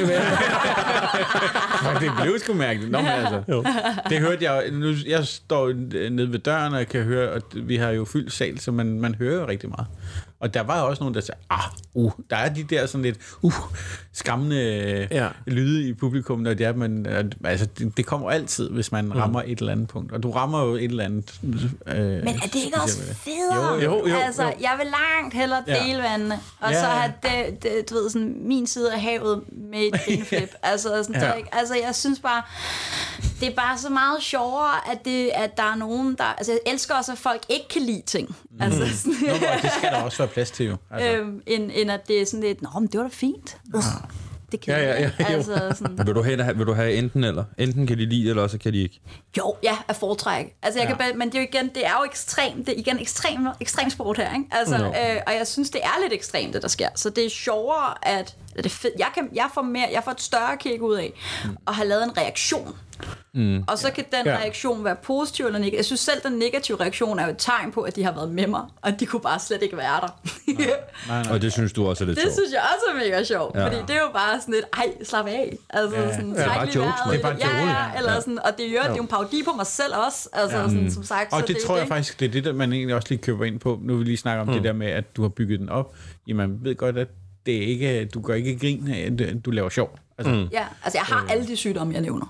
[SPEAKER 2] Det blev sgu mærkeligt. Nå, men altså. Det hørte jeg nu. Jeg står nede ved døren, og jeg kan høre, at vi har jo fyldt sal, så man hører jo rigtig meget. Og der var også nogen, der sagde, der er de der sådan lidt skræmmende lyde i publikum, når det er, man, altså det kommer altid, hvis man rammer et eller andet punkt. Og du rammer jo et eller andet.
[SPEAKER 4] Men er det ikke også federe? Jo. Altså, jeg vil langt hellere dele vandene, og så have du ved, sådan, min side af havet med et indflip. Altså, altså, jeg synes bare, det er bare så meget sjovere, at der er nogen, der... Altså, jeg elsker også, at folk ikke kan lide ting. Altså,
[SPEAKER 2] det skal der også være plads til, jo. Altså.
[SPEAKER 4] End at det er sådan lidt, men det var da fint. Det kan altså, sådan.
[SPEAKER 3] Vil du have enten eller? Enten kan de lide, eller også kan de ikke?
[SPEAKER 4] Jo, at foretrække. Altså, men det er jo igen, det er jo ekstremt. Det er igen ekstrem sport her, ikke? Altså, og jeg synes, det er lidt ekstremt, det der sker. Så det er sjovere, at det er fedt. Jeg får et større kick ud af at have lavet en reaktion. Og så kan den reaktion være positiv eller negativ. Jeg synes selv, den negative reaktion er jo et tegn på, at de har været med mig, og de kunne bare slet ikke være der.
[SPEAKER 3] Nej. Og det synes du også er lidt sjovt?
[SPEAKER 4] Det synes jeg også er mega sjovt, fordi det er jo bare sådan lidt, slap af. Altså, sådan,
[SPEAKER 3] det er bare jokes,
[SPEAKER 4] det er bare eller sådan, og det er jo en parodi på mig selv også, altså, sådan, som sagt.
[SPEAKER 2] Og det tror jeg faktisk, det er det, der man egentlig også lige køber ind på. Nu vil vi lige snakke om det der med, at du har bygget den op. Jamen, man ved godt, at det er ikke, du gør ikke grin af, at du laver sjov.
[SPEAKER 4] Altså, jeg har alle de sygdomme, jeg nævner.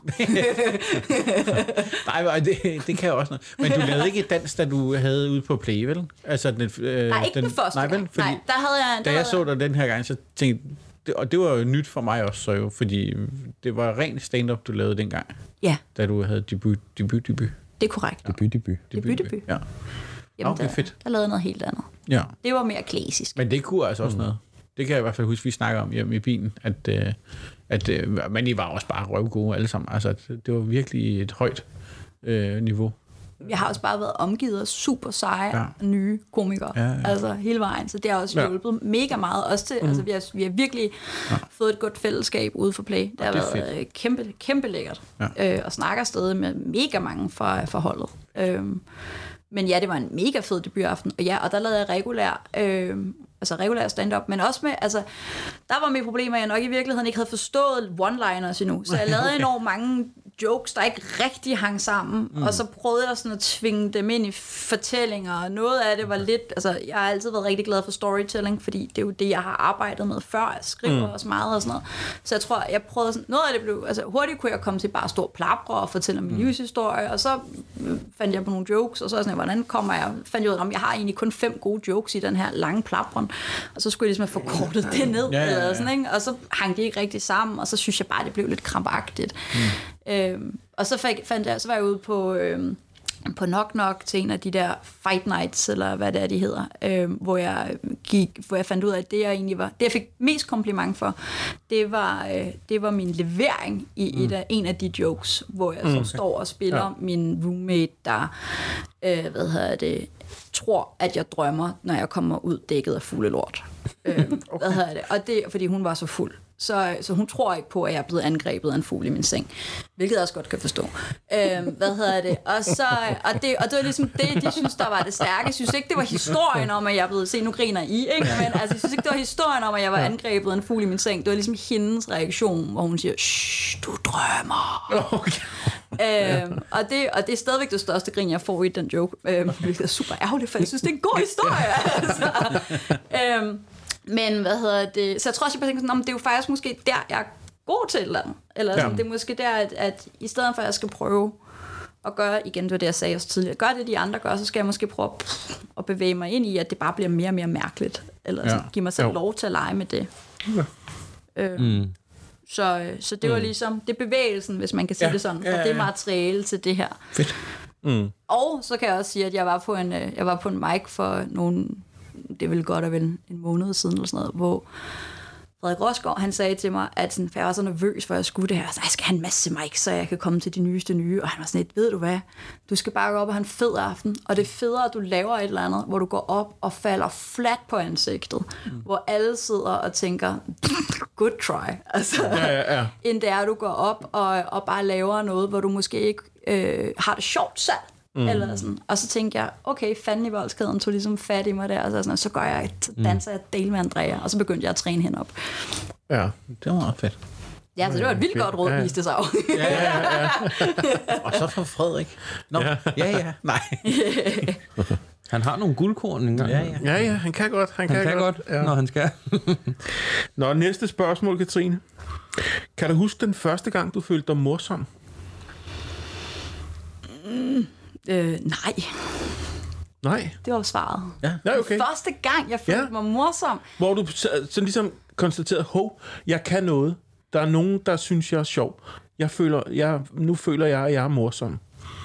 [SPEAKER 2] Nej, det kan jeg også noget. Men du lavede ikke et dans, da du havde ude på Play, vel? Altså,
[SPEAKER 4] nej, ikke den første gang.
[SPEAKER 2] Vel? Fordi,
[SPEAKER 4] der havde jeg...
[SPEAKER 2] Da jeg så dig den her gang, så tænkte jeg, og det var jo nyt for mig også, så jo, fordi det var ren stand-up, du lavede dengang. Ja. Da du havde debut. Det
[SPEAKER 4] er korrekt.
[SPEAKER 3] Debut.
[SPEAKER 2] Ja.
[SPEAKER 4] Jamen, fedt. Der lavede noget helt andet.
[SPEAKER 2] Ja.
[SPEAKER 4] Det var mere klassisk.
[SPEAKER 2] Men det kunne altså også noget. Det kan jeg i hvert fald huske, vi snakker om hjemme i bilen, men I var også bare røvgode alle sammen. Altså, det var virkelig et højt niveau.
[SPEAKER 4] Jeg har også bare været omgivet af super seje nye komikere, altså hele vejen, så det har også hjulpet mega meget. Også til, altså, vi har virkelig fået et godt fællesskab ude for Play. Det har været kæmpe lækkert, og snakker stadig med mega mange fra holdet. Men ja, det var en mega fed debutaften, og der lavede jeg regulær stand-up, men også med, altså, der var mit problem, at jeg nok i virkeligheden ikke havde forstået one-liners endnu, så jeg lavede enormt mange jokes, der ikke rigtig hang sammen, og så prøvede jeg sådan at tvinge dem ind i fortællinger, og noget af det var lidt, altså, jeg har altid været rigtig glad for storytelling, fordi det er jo det, jeg har arbejdet med før, jeg skriver også meget og sådan noget, så jeg tror, jeg prøvede sådan, noget af det blev, altså hurtigt kunne jeg komme til bare at stå og plapre og fortælle min livshistorie, og så fandt jeg på nogle jokes, og så sådan, hvordan kommer jeg, fandt jeg ud af, jeg har egentlig kun 5 gode jokes i den her lange plapren, og så skulle jeg ligesom have forkortet det ned, eller sådan, ikke? Og så hang det ikke rigtig sammen, og så synes jeg bare, det blev lidt krampagtigt. Og så så var jeg ude på Knock Knock til en af de der Fight Nights, eller hvad det er, de hedder, hvor jeg fandt ud af, at det jeg fik mest kompliment for, det var min levering i en af de jokes, hvor jeg så står og spiller min roommate, der tror, at jeg drømmer, når jeg kommer ud dækket af fulde lort. Og det fordi hun var så fuld. Så hun tror ikke på, at jeg er blevet angrebet af en fugl i min seng. Hvilket jeg også godt kan forstå. Og det var ligesom det, de synes, der var det stærke. Jeg synes ikke, det var historien om, at jeg blev... Se, nu griner I, ikke? Men altså, jeg synes ikke, det var historien om, at jeg var angrebet af en fugl i min seng. Det var ligesom hendes reaktion, hvor hun siger, shh, du drømmer. Okay. Og det er stadigvæk det største grin, jeg får i den joke. Hvilket er super ærgerligt, for jeg synes, det er en god historie. Altså. Men så jeg tror også, jeg tænker sådan, det er jo faktisk måske der, jeg er god til et eller andet. Eller sådan, det er måske der, at i stedet for, at jeg skal prøve at gøre, igen, det var det, jeg sagde også tidligere, gør det, de andre gør, så skal jeg måske prøve at bevæge mig ind i, at det bare bliver mere og mere mærkeligt. Eller sådan, give mig selv lov til at lege med det. Så det var ligesom, det er bevægelsen, hvis man kan sige det sådan, for det materiale til det her.
[SPEAKER 2] Fedt.
[SPEAKER 4] Og så kan jeg også sige, at jeg var på en mic for det ville godt have vel en måned siden, eller sådan noget, hvor Frederik Rosgaard, han sagde til mig, at sådan, for jeg var så nervøs, for jeg skulle det her, så jeg skal have en masse mic, så jeg kan komme til de nyeste nye, og han var sådan lidt, ved du hvad, du skal bare gå op og have en fed aften, og det er federe, at du laver et eller andet, hvor du går op og falder flat på ansigtet, hvor alle sidder og tænker, good try, altså, end det er, at du går op og bare laver noget, hvor du måske ikke har det sjovt selv, eller sådan. Og så tænkte jeg, okay, fanden i voldskæden tog ligesom fat i mig der, og så går jeg, danser jeg del med Andrea, og så begyndte jeg at træne hende op.
[SPEAKER 1] Ja,
[SPEAKER 2] det var fedt.
[SPEAKER 4] Ja, så det var et vildt godt råd, viste det sig jo.
[SPEAKER 2] Ja. Og så fra Frederik. Nå, ja. Nej.
[SPEAKER 3] Han har nogle guldkorn engang.
[SPEAKER 1] Ja, han kan godt. Han kan godt,
[SPEAKER 3] når han skal.
[SPEAKER 1] Nå, næste spørgsmål, Katrine. Kan du huske den første gang, du følte dig morsom?
[SPEAKER 4] Nej.
[SPEAKER 1] Nej?
[SPEAKER 4] Det var svaret.
[SPEAKER 1] Ja, okay.
[SPEAKER 4] Første gang, jeg følte mig morsom.
[SPEAKER 1] Hvor du så ligesom konstaterede, jeg kan noget. Der er nogen, der synes, jeg er sjov. Nu føler jeg, at jeg er morsom.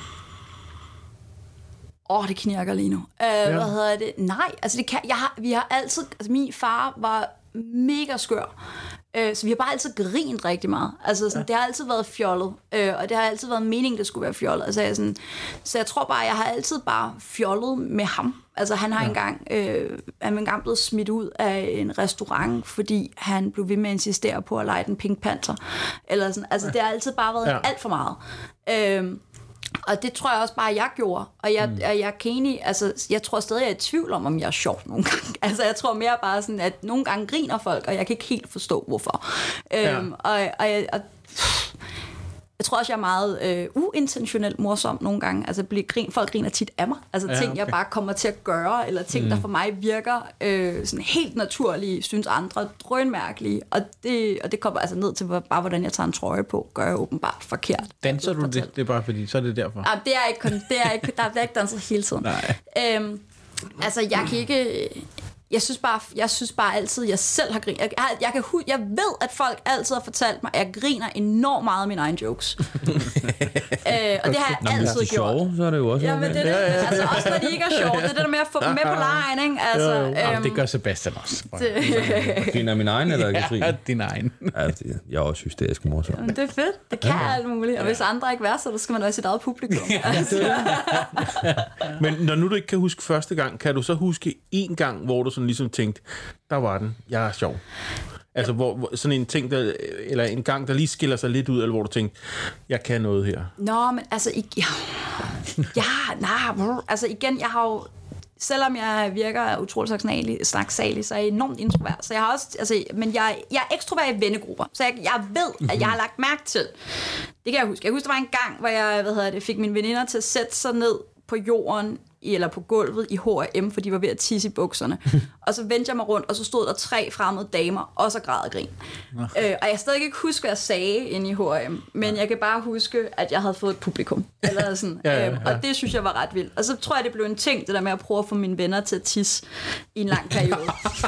[SPEAKER 4] Det knirker lige nu. Hvad hedder det? Nej, altså vi har altid... Altså min far var mega skør. Så vi har bare altid grint rigtig meget. Altså sådan, det har altid været fjollet. Og det har altid været meningen, det skulle være fjollet. Altså, så jeg tror bare, jeg har altid bare fjollet med ham. Altså han har engang blevet smidt ud af en restaurant, fordi han blev ved med at insistere på at lege den Pink Panther. Eller sådan. Altså det har altid bare været alt for meget. Og det tror jeg også bare, jeg gjorde. Og jeg kan egentlig, altså, jeg tror stadig, jeg er i tvivl om jeg er sjov nogle gange. Altså, jeg tror mere bare sådan, at nogle gange griner folk, og jeg kan ikke helt forstå, hvorfor. Jeg tror også, jeg er meget uintentionelt morsom nogle gange. Altså, folk griner tit af mig. Altså, ting, jeg bare kommer til at gøre, eller ting, der for mig virker sådan helt naturlige, synes andre drønmærkelige. Og det kommer altså ned til bare, hvordan jeg tager en trøje på, gør jeg åbenbart forkert.
[SPEAKER 2] Danser du det? Det er bare fordi, så er det derfor.
[SPEAKER 4] Det er ikke, der er ikke danset hele tiden.
[SPEAKER 2] Nej.
[SPEAKER 4] Altså, jeg kan ikke... Jeg synes bare altid, jeg selv har grinet. Jeg ved, at folk altid har fortalt mig, at jeg griner enormt meget af mine egne jokes. Og det har jeg altid gjort.
[SPEAKER 3] Sjove, så er det jo også.
[SPEAKER 4] Ja, men det er det. Altså, også når de ikke er sjove. Det er det der med at få dem med på lejen, ikke? Altså,
[SPEAKER 2] det gør Sebastian også.
[SPEAKER 3] Griner min egen, eller Katrine?
[SPEAKER 2] Ja, din egen.
[SPEAKER 3] Jeg også hysterisk morsom.
[SPEAKER 4] Jamen, det er fedt. Det kan alt muligt. Og hvis andre ikke værd, så skal man også sit eget publikum.
[SPEAKER 1] Men når nu du ikke kan huske første gang, kan du så huske en gang, hvor du sådan ligesom tænkte, der var den, jeg er sjov. Altså hvor sådan en ting, eller en gang, der lige skiller sig lidt ud, eller hvor du tænkte, jeg kan noget her.
[SPEAKER 4] Nå, men altså, altså igen, jeg har jo, selvom jeg virker utroligt snaksalig, så er jeg enormt introvert. Så jeg har også, altså, men jeg er ekstrovert i vennegrupper, så jeg ved, at jeg har lagt mærke til. Det kan jeg huske. Jeg husker, der var en gang, hvor jeg fik mine veninder til at sætte sig ned på jorden, eller på gulvet i H&M, for de var ved at tisse i bukserne. Og så vendte jeg mig rundt, og så stod der 3 fremmede damer, og så græd og grin. Og jeg stadig ikke huske, hvad jeg sagde inde i H&M, men jeg kan bare huske, at jeg havde fået et publikum. Eller sådan. Og det synes jeg var ret vildt. Og så tror jeg, det blev en ting, det der med at prøve at få mine venner til at tisse i en lang periode.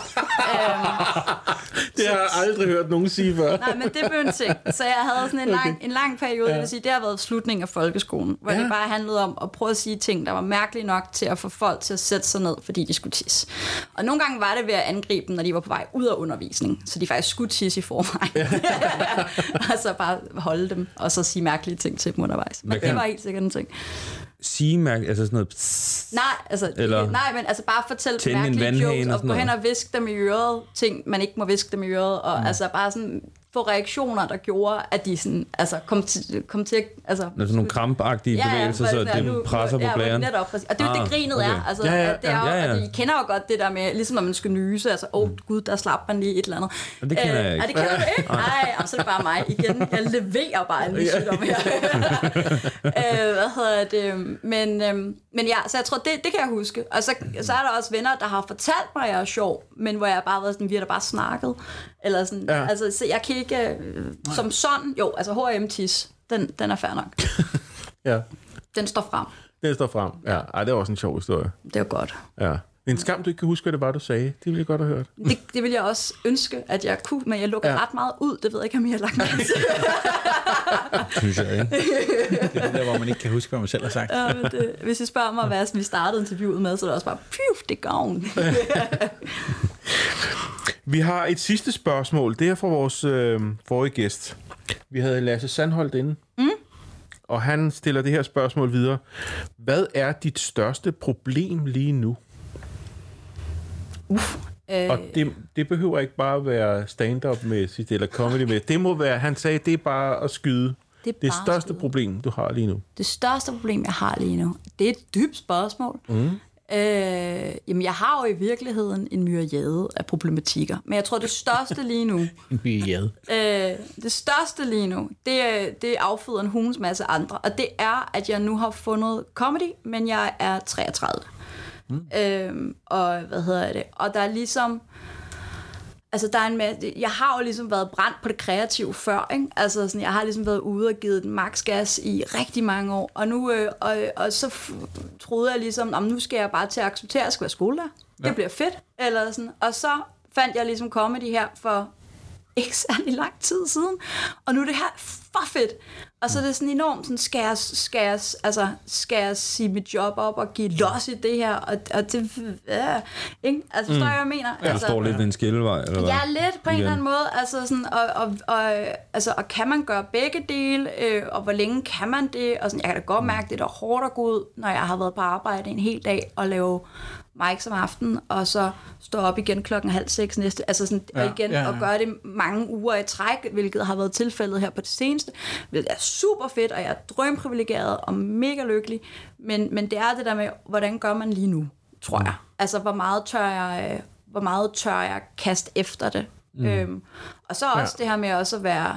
[SPEAKER 1] Det har jeg aldrig hørt nogen sige før.
[SPEAKER 4] Nej, men det blev en ting. Så jeg havde sådan en lang periode, det vil sige, det har været slutningen af folkeskolen, hvor det bare handlede om at prøve at sige ting, der var mærkelige nok til at få folk til at sætte sig ned, fordi de skulle tisse. Og nogle gange var det ved at angribe dem, når de var på vej ud af undervisning, så de faktisk skulle tisse i forvejen. Og så bare holde dem, og så sige mærkelige ting til dem undervejs. Men det var helt sikkert en ting.
[SPEAKER 3] Sige mærkeligt, altså sådan noget...
[SPEAKER 4] Nej, men altså bare fortælle mærkelige jokes, og gå hen og viske dem i øret, ting, man ikke må viske dem i øret, og altså bare sådan få reaktioner, der gjorde, at de sådan, altså kom til at... Altså,
[SPEAKER 3] sådan nogle krampagtige bevægelser, så det presser på blæren.
[SPEAKER 4] Netop, præcis. Og det er jo det, grinet er. Altså, det er jo, og de kender jo godt det der med, ligesom når man skal nyse, altså, gud, der slap man lige et eller andet.
[SPEAKER 3] Og det kender jeg ikke.
[SPEAKER 4] Det kender du ikke? Nej, så er det bare mig. Igen, jeg leverer bare alle sygdom her. Hvad hedder det? Men ja, så jeg tror, det kan jeg huske. Og så er der også venner, der har fortalt mig, at jeg er sjov, men hvor jeg bare har været sådan, vi har da bare snakket. Eller sådan, altså, så jeg kan ikke, som sådan, jo, altså H&M-tis, den er fair nok.
[SPEAKER 1] Ja.
[SPEAKER 4] Den står frem.
[SPEAKER 1] Den står frem, ja. Ej, det er også en sjov historie.
[SPEAKER 4] Det er jo godt.
[SPEAKER 1] Ja. En skam, du ikke kan huske, hvad det var, du sagde. Det ville jeg godt have hørt.
[SPEAKER 4] Det vil jeg også ønske, at jeg kunne, men jeg lukker ret meget ud. Det ved jeg ikke, om jeg har lagt mærke til.
[SPEAKER 3] Synes jeg ikke.
[SPEAKER 2] Det er der, hvor man ikke kan huske, hvad man selv har sagt.
[SPEAKER 4] Ja, men hvis I spørger mig, hvad vi startede interviewet med, så er det også bare, det gavn.
[SPEAKER 1] Vi har et sidste spørgsmål. Det er fra vores forrige gæst. Vi havde Lasse Sandholdt inde. Og han stiller det her spørgsmål videre. Hvad er dit største problem lige nu? Og det behøver ikke bare være stand-up-mæssigt eller comedy-mæssigt. Det må være, han sagde, det er bare at skyde. Det største problem, du har lige nu.
[SPEAKER 4] Det største problem, jeg har lige nu, det er et dybt spørgsmål. Jamen, jeg har jo i virkeligheden en myriade af problematikker. Men jeg tror, det største lige nu...
[SPEAKER 2] En myriade.
[SPEAKER 4] Det største lige nu, det afføder en hulens masse andre. Og det er, at jeg nu har fundet comedy, men jeg er 33. Og Og der er ligesom... Altså, der er en masse, jeg har jo ligesom været brændt på det kreative før, ikke? Altså, sådan, jeg har ligesom været ude og givet den max gas i rigtig mange år, og nu, og så troede jeg ligesom, nu skal jeg bare til at acceptere, at jeg skal være skolelærer. Ja. Det bliver fedt, eller sådan. Og så fandt jeg ligesom comedy her for ikke særlig lang tid siden, og nu er det her for fedt. Og så er det sådan enormt, sådan, skal jeg sige mit job op og give los i det her, og det, ikke? Altså, forstår jeg, hvad jeg mener?
[SPEAKER 3] Ja, altså, du står lidt ved en skillevej, eller hvad?
[SPEAKER 4] Ja, lidt på en eller anden måde, altså sådan, og kan man gøre begge dele, og hvor længe kan man det, og sådan, jeg kan da godt mærke, det er da hårdt at gå ud, når jeg har været på arbejde en hel dag, og lave Mike's om aftenen, og så stå op igen 5:30 næste, altså sådan, og igen, og gøre det mange uger i træk, hvilket har været tilfældet her på det seneste, hvilket er super fedt, og jeg er drømprivilegeret og mega lykkelig, men det er det der med, hvordan gør man lige nu, tror jeg. Altså, hvor meget tør jeg kaste efter det. Og så også det her med også at være,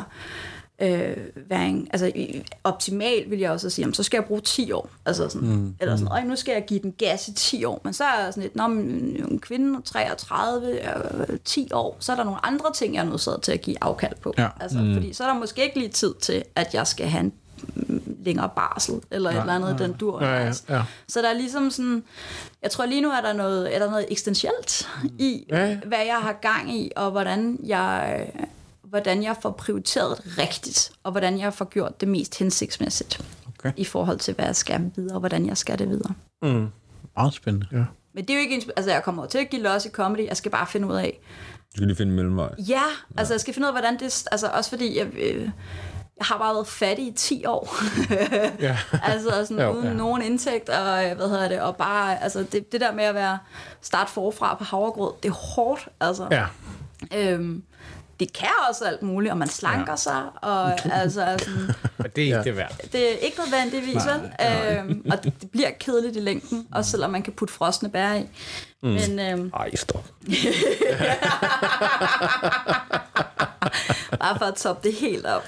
[SPEAKER 4] optimalt vil jeg også sige, jamen, så skal jeg bruge 10 år. Altså sådan, eller sådan, nu skal jeg give den gas i 10 år. Men så er jeg sådan lidt, en kvinde 33, 10 år, så er der nogle andre ting, jeg er nødt til at give afkald på. Ja. Altså, fordi så er der måske ikke lige tid til, at jeg skal have en længere barsel, eller et eller andet, den dur. Ja. Så der er ligesom sådan, jeg tror lige nu er der noget eksistentielt i, hvad jeg har gang i, og hvordan jeg får prioriteret det rigtigt, og hvordan jeg får gjort det mest hensigtsmæssigt i forhold til, hvad jeg skal videre, og hvordan jeg skal det videre.
[SPEAKER 2] Meget spændende. Ja.
[SPEAKER 4] Men det er jo ikke jeg kommer til at give los i comedy, jeg skal bare finde ud af...
[SPEAKER 3] Du skal lige finde mellemvej.
[SPEAKER 4] Ja, altså jeg skal finde ud af, hvordan det... Altså også fordi jeg har bare været fattig i 10 år. Altså sådan uden nogen indtægt, og og bare... Altså det der med at starte forfra på havregrød, det er hårdt, altså. Ja. Det kan også alt muligt, og man slanker sig, og altså sådan,
[SPEAKER 2] det er ikke det værd.
[SPEAKER 4] Det er ikke nødvendigvis, vel? Og det bliver kedeligt i længden, også selvom man kan putte frosne bær i. Men,
[SPEAKER 3] ej, stop.
[SPEAKER 4] Bare for at toppe det helt op.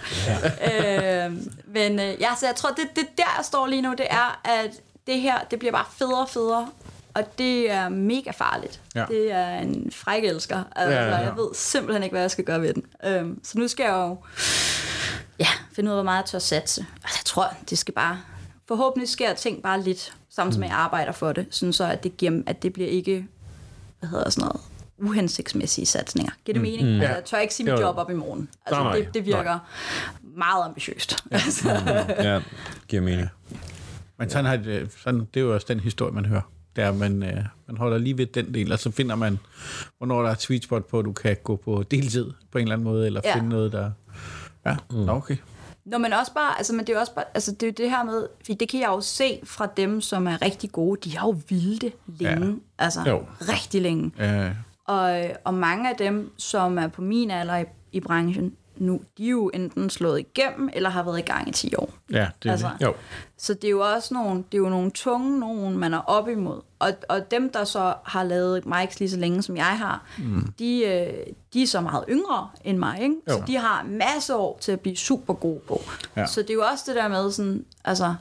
[SPEAKER 4] Så jeg tror, det der jeg står lige nu, det er, at det her, det bliver bare federe og federe. Og det er mega farligt. Ja. Det er en fræk elsker. Altså, jeg ved simpelthen ikke, hvad jeg skal gøre ved den. Så nu skal jeg jo finde ud af, hvor meget jeg tør satse. Altså, jeg tror, det skal bare... Forhåbentlig sker ting bare lidt, samtidig med, at jeg arbejder for det. Sådan så, at det bliver ikke... uhensigtsmæssige satsninger. Giver det mening? Altså, jeg tør ikke sige mit job op i morgen. Altså, det virker meget ambitiøst.
[SPEAKER 3] Ja, giver mening.
[SPEAKER 2] Men sådan det er jo også den historie, man hører. Der man holder lige ved den del, og så finder man, hvornår der er et sweet spot på, at du kan gå på deltid på en eller anden måde, eller finde noget, der... Ja, okay.
[SPEAKER 4] Nå, men også bare, altså, men det er også bare, altså, det er jo det her med, fordi det kan jeg jo se fra dem, som er rigtig gode, de har jo vilde længe, rigtig længe. Ja. Og mange af dem, som er på min alder i branchen nu, de er jo enten slået igennem, eller har været i gang i 10 år. Ja, det er det. Jo. Så det er jo også nogle tunge nogen, man er op imod. Og dem, der så har lavet Mike's lige så længe, som jeg har, de er så meget yngre end mig, ikke? Så de har masse år til at blive super gode på. Ja. Så det er jo også det der med sådan, altså...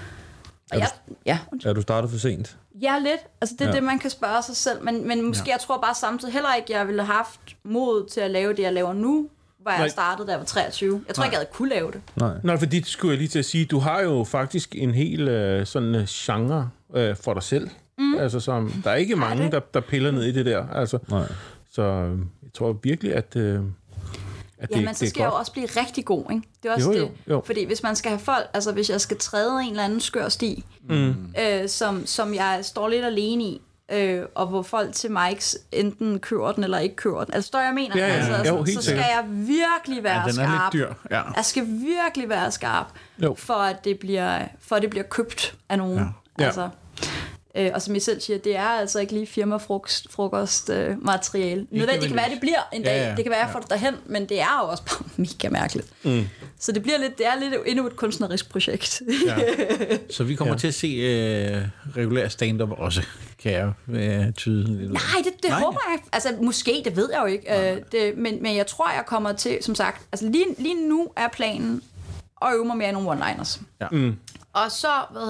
[SPEAKER 3] Er du startet for sent?
[SPEAKER 4] Ja, lidt. Altså, det er det, man kan spørge sig selv. Men måske, jeg tror bare samtidig heller ikke, jeg ville have haft mod til at lave det, jeg laver nu, hvor jeg startede, da jeg var 23. Jeg tror ikke, jeg havde kunne lave det.
[SPEAKER 1] Nej, fordi skulle jeg lige til at sige, du har jo faktisk en hel sådan genre for dig selv. Altså, der er ikke mange, der piller ned i det der. Altså, så jeg tror virkelig, at
[SPEAKER 4] men så skal jeg jo også blive rigtig god, ikke? Det er også det. Fordi hvis man skal have folk, altså hvis jeg skal træde en eller anden skør sti, som jeg står lidt alene i, og hvor folk til Mikes enten kører den eller ikke kører den. Altså, står jeg mener? Så skal jeg virkelig være skarp. Den er lidt dyr. Ja. Jeg skal virkelig være skarp, for at det bliver købt af nogen. Ja. Altså, og som jeg selv siger, det er altså ikke lige firmafrokostmateriale. Det kan være, det bliver en dag. Ja. Det kan være, jeg får det derhen, men det er jo også bare mega mærkeligt. Så det er lidt endnu et kunstnerisk projekt.
[SPEAKER 2] Ja. Så vi kommer til at se regulær stand-up også, kan jeg tyde lidt ud.
[SPEAKER 4] Nej, det håber jeg. Altså, måske, det ved jeg jo ikke. Men jeg tror, jeg kommer til, som sagt, altså lige nu er planen at øve mig mere i nogle one-liners. Ja. Og så,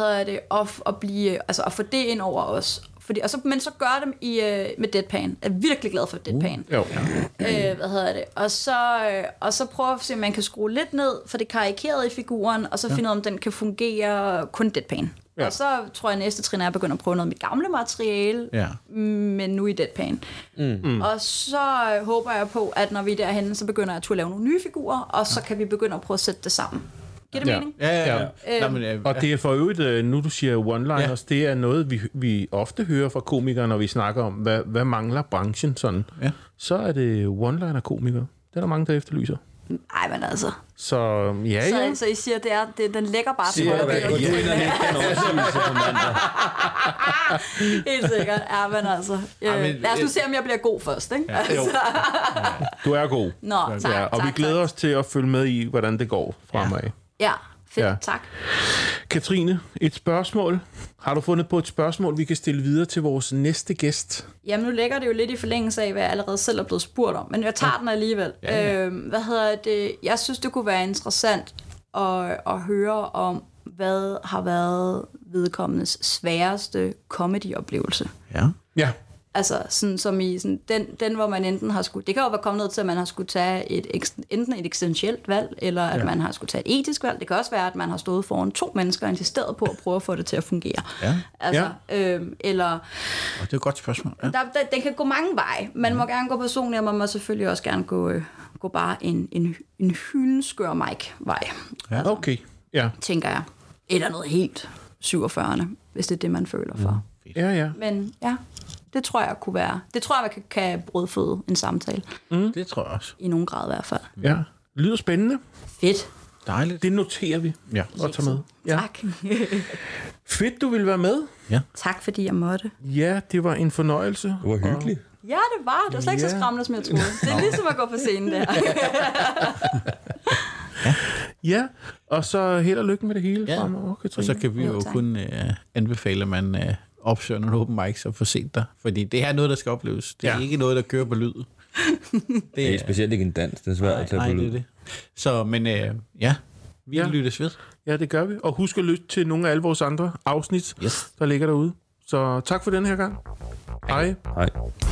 [SPEAKER 4] at få det ind over os. Men så gør dem med deadpan. Jeg er virkelig glad for deadpan. Og så prøve at se, om man kan skrue lidt ned for det karikerede i figuren, og så finde ud af, om den kan fungere kun deadpan. Ja. Og så tror jeg, næste trin er at begynde at prøve noget med gamle materiale, men nu i deadpan. Og så håber jeg på, at når vi er derhenne, så begynder jeg at lave nogle nye figurer, og så kan vi begynde at prøve at sætte det sammen. Giver det mening?
[SPEAKER 2] Ja.
[SPEAKER 1] Og det er for øvrigt, nu du siger one-liners, det er noget, vi ofte hører fra komikere, når vi snakker om, hvad mangler branchen sådan. Ja. Så er det one-liner-komikere. Det er der mange, der efterlyser.
[SPEAKER 4] Nej, men altså.
[SPEAKER 1] Så
[SPEAKER 4] Så I siger, den lægger bare til Helt sikkert. Ja, men altså. Lad os nu se, om jeg bliver god først, ikke?
[SPEAKER 1] Du er god.
[SPEAKER 4] Nå, tak.
[SPEAKER 1] Og vi glæder os til at følge med i, hvordan det går fremad.
[SPEAKER 4] Ja, fedt. Tak.
[SPEAKER 1] Katrine, et spørgsmål. Har du fundet på et spørgsmål, vi kan stille videre til vores næste gæst?
[SPEAKER 4] Jamen, nu ligger det jo lidt i forlængelse af, hvad jeg allerede selv er blevet spurgt om, men jeg tager den alligevel. Jeg synes, det kunne være interessant at høre om, hvad har været vedkommendes sværeste comedy-oplevelse.
[SPEAKER 1] Ja.
[SPEAKER 4] Altså, sådan, som i sådan, den, hvor man enten har skulle... Det kan jo være kommet noget til, at man har skulle tage enten et eksistentielt valg, eller at man har skulle tage et etisk valg. Det kan også være, at man har stået foran 2 mennesker og insisteret på at prøve at få det til at fungere. Ja. Altså, eller...
[SPEAKER 2] Det er et godt spørgsmål. Ja.
[SPEAKER 4] Den kan gå mange veje. Man må gerne gå personligt, og man må selvfølgelig også gerne gå bare en hyldenskør Mike-vej.
[SPEAKER 2] Ja. Altså,
[SPEAKER 1] okay,
[SPEAKER 4] tænker jeg. Eller noget helt 47'erne, hvis det er det, man føler for.
[SPEAKER 1] Ja.
[SPEAKER 4] Men det tror jeg kunne være. Det tror jeg, man kan brødføde en samtale.
[SPEAKER 2] Det tror jeg også.
[SPEAKER 4] I nogen grad i hvert fald.
[SPEAKER 1] Ja, lyder spændende.
[SPEAKER 4] Fedt.
[SPEAKER 2] Dejligt.
[SPEAKER 1] Det noterer vi.
[SPEAKER 2] Ja.
[SPEAKER 1] Og tager med. Ja.
[SPEAKER 4] Tak.
[SPEAKER 1] Fedt, du ville være med.
[SPEAKER 2] Ja.
[SPEAKER 4] Tak, fordi jeg måtte.
[SPEAKER 1] Ja, det var en fornøjelse.
[SPEAKER 3] Det var hyggeligt.
[SPEAKER 4] Ja, det var. Det var slet ikke så skræmmende, som jeg troede. Det er ligesom at gå på scenen der.
[SPEAKER 1] Ja, og så held og lykke med det hele fremover, Katrine.
[SPEAKER 2] Og så kan vi jo kun anbefale, at man opsøger nogle open mics og får set dig. Fordi det er noget, der skal opleves. Det er ikke noget, der kører på lyd.
[SPEAKER 3] Det er specielt ikke en dans. Det er svært at tage på lyd.
[SPEAKER 2] Det. Så, men vi lyttes ved.
[SPEAKER 1] Ja, det gør vi. Og husk at lytte til nogle af alle vores andre afsnit, der ligger derude. Så tak for den her gang. Hej.
[SPEAKER 3] Hej.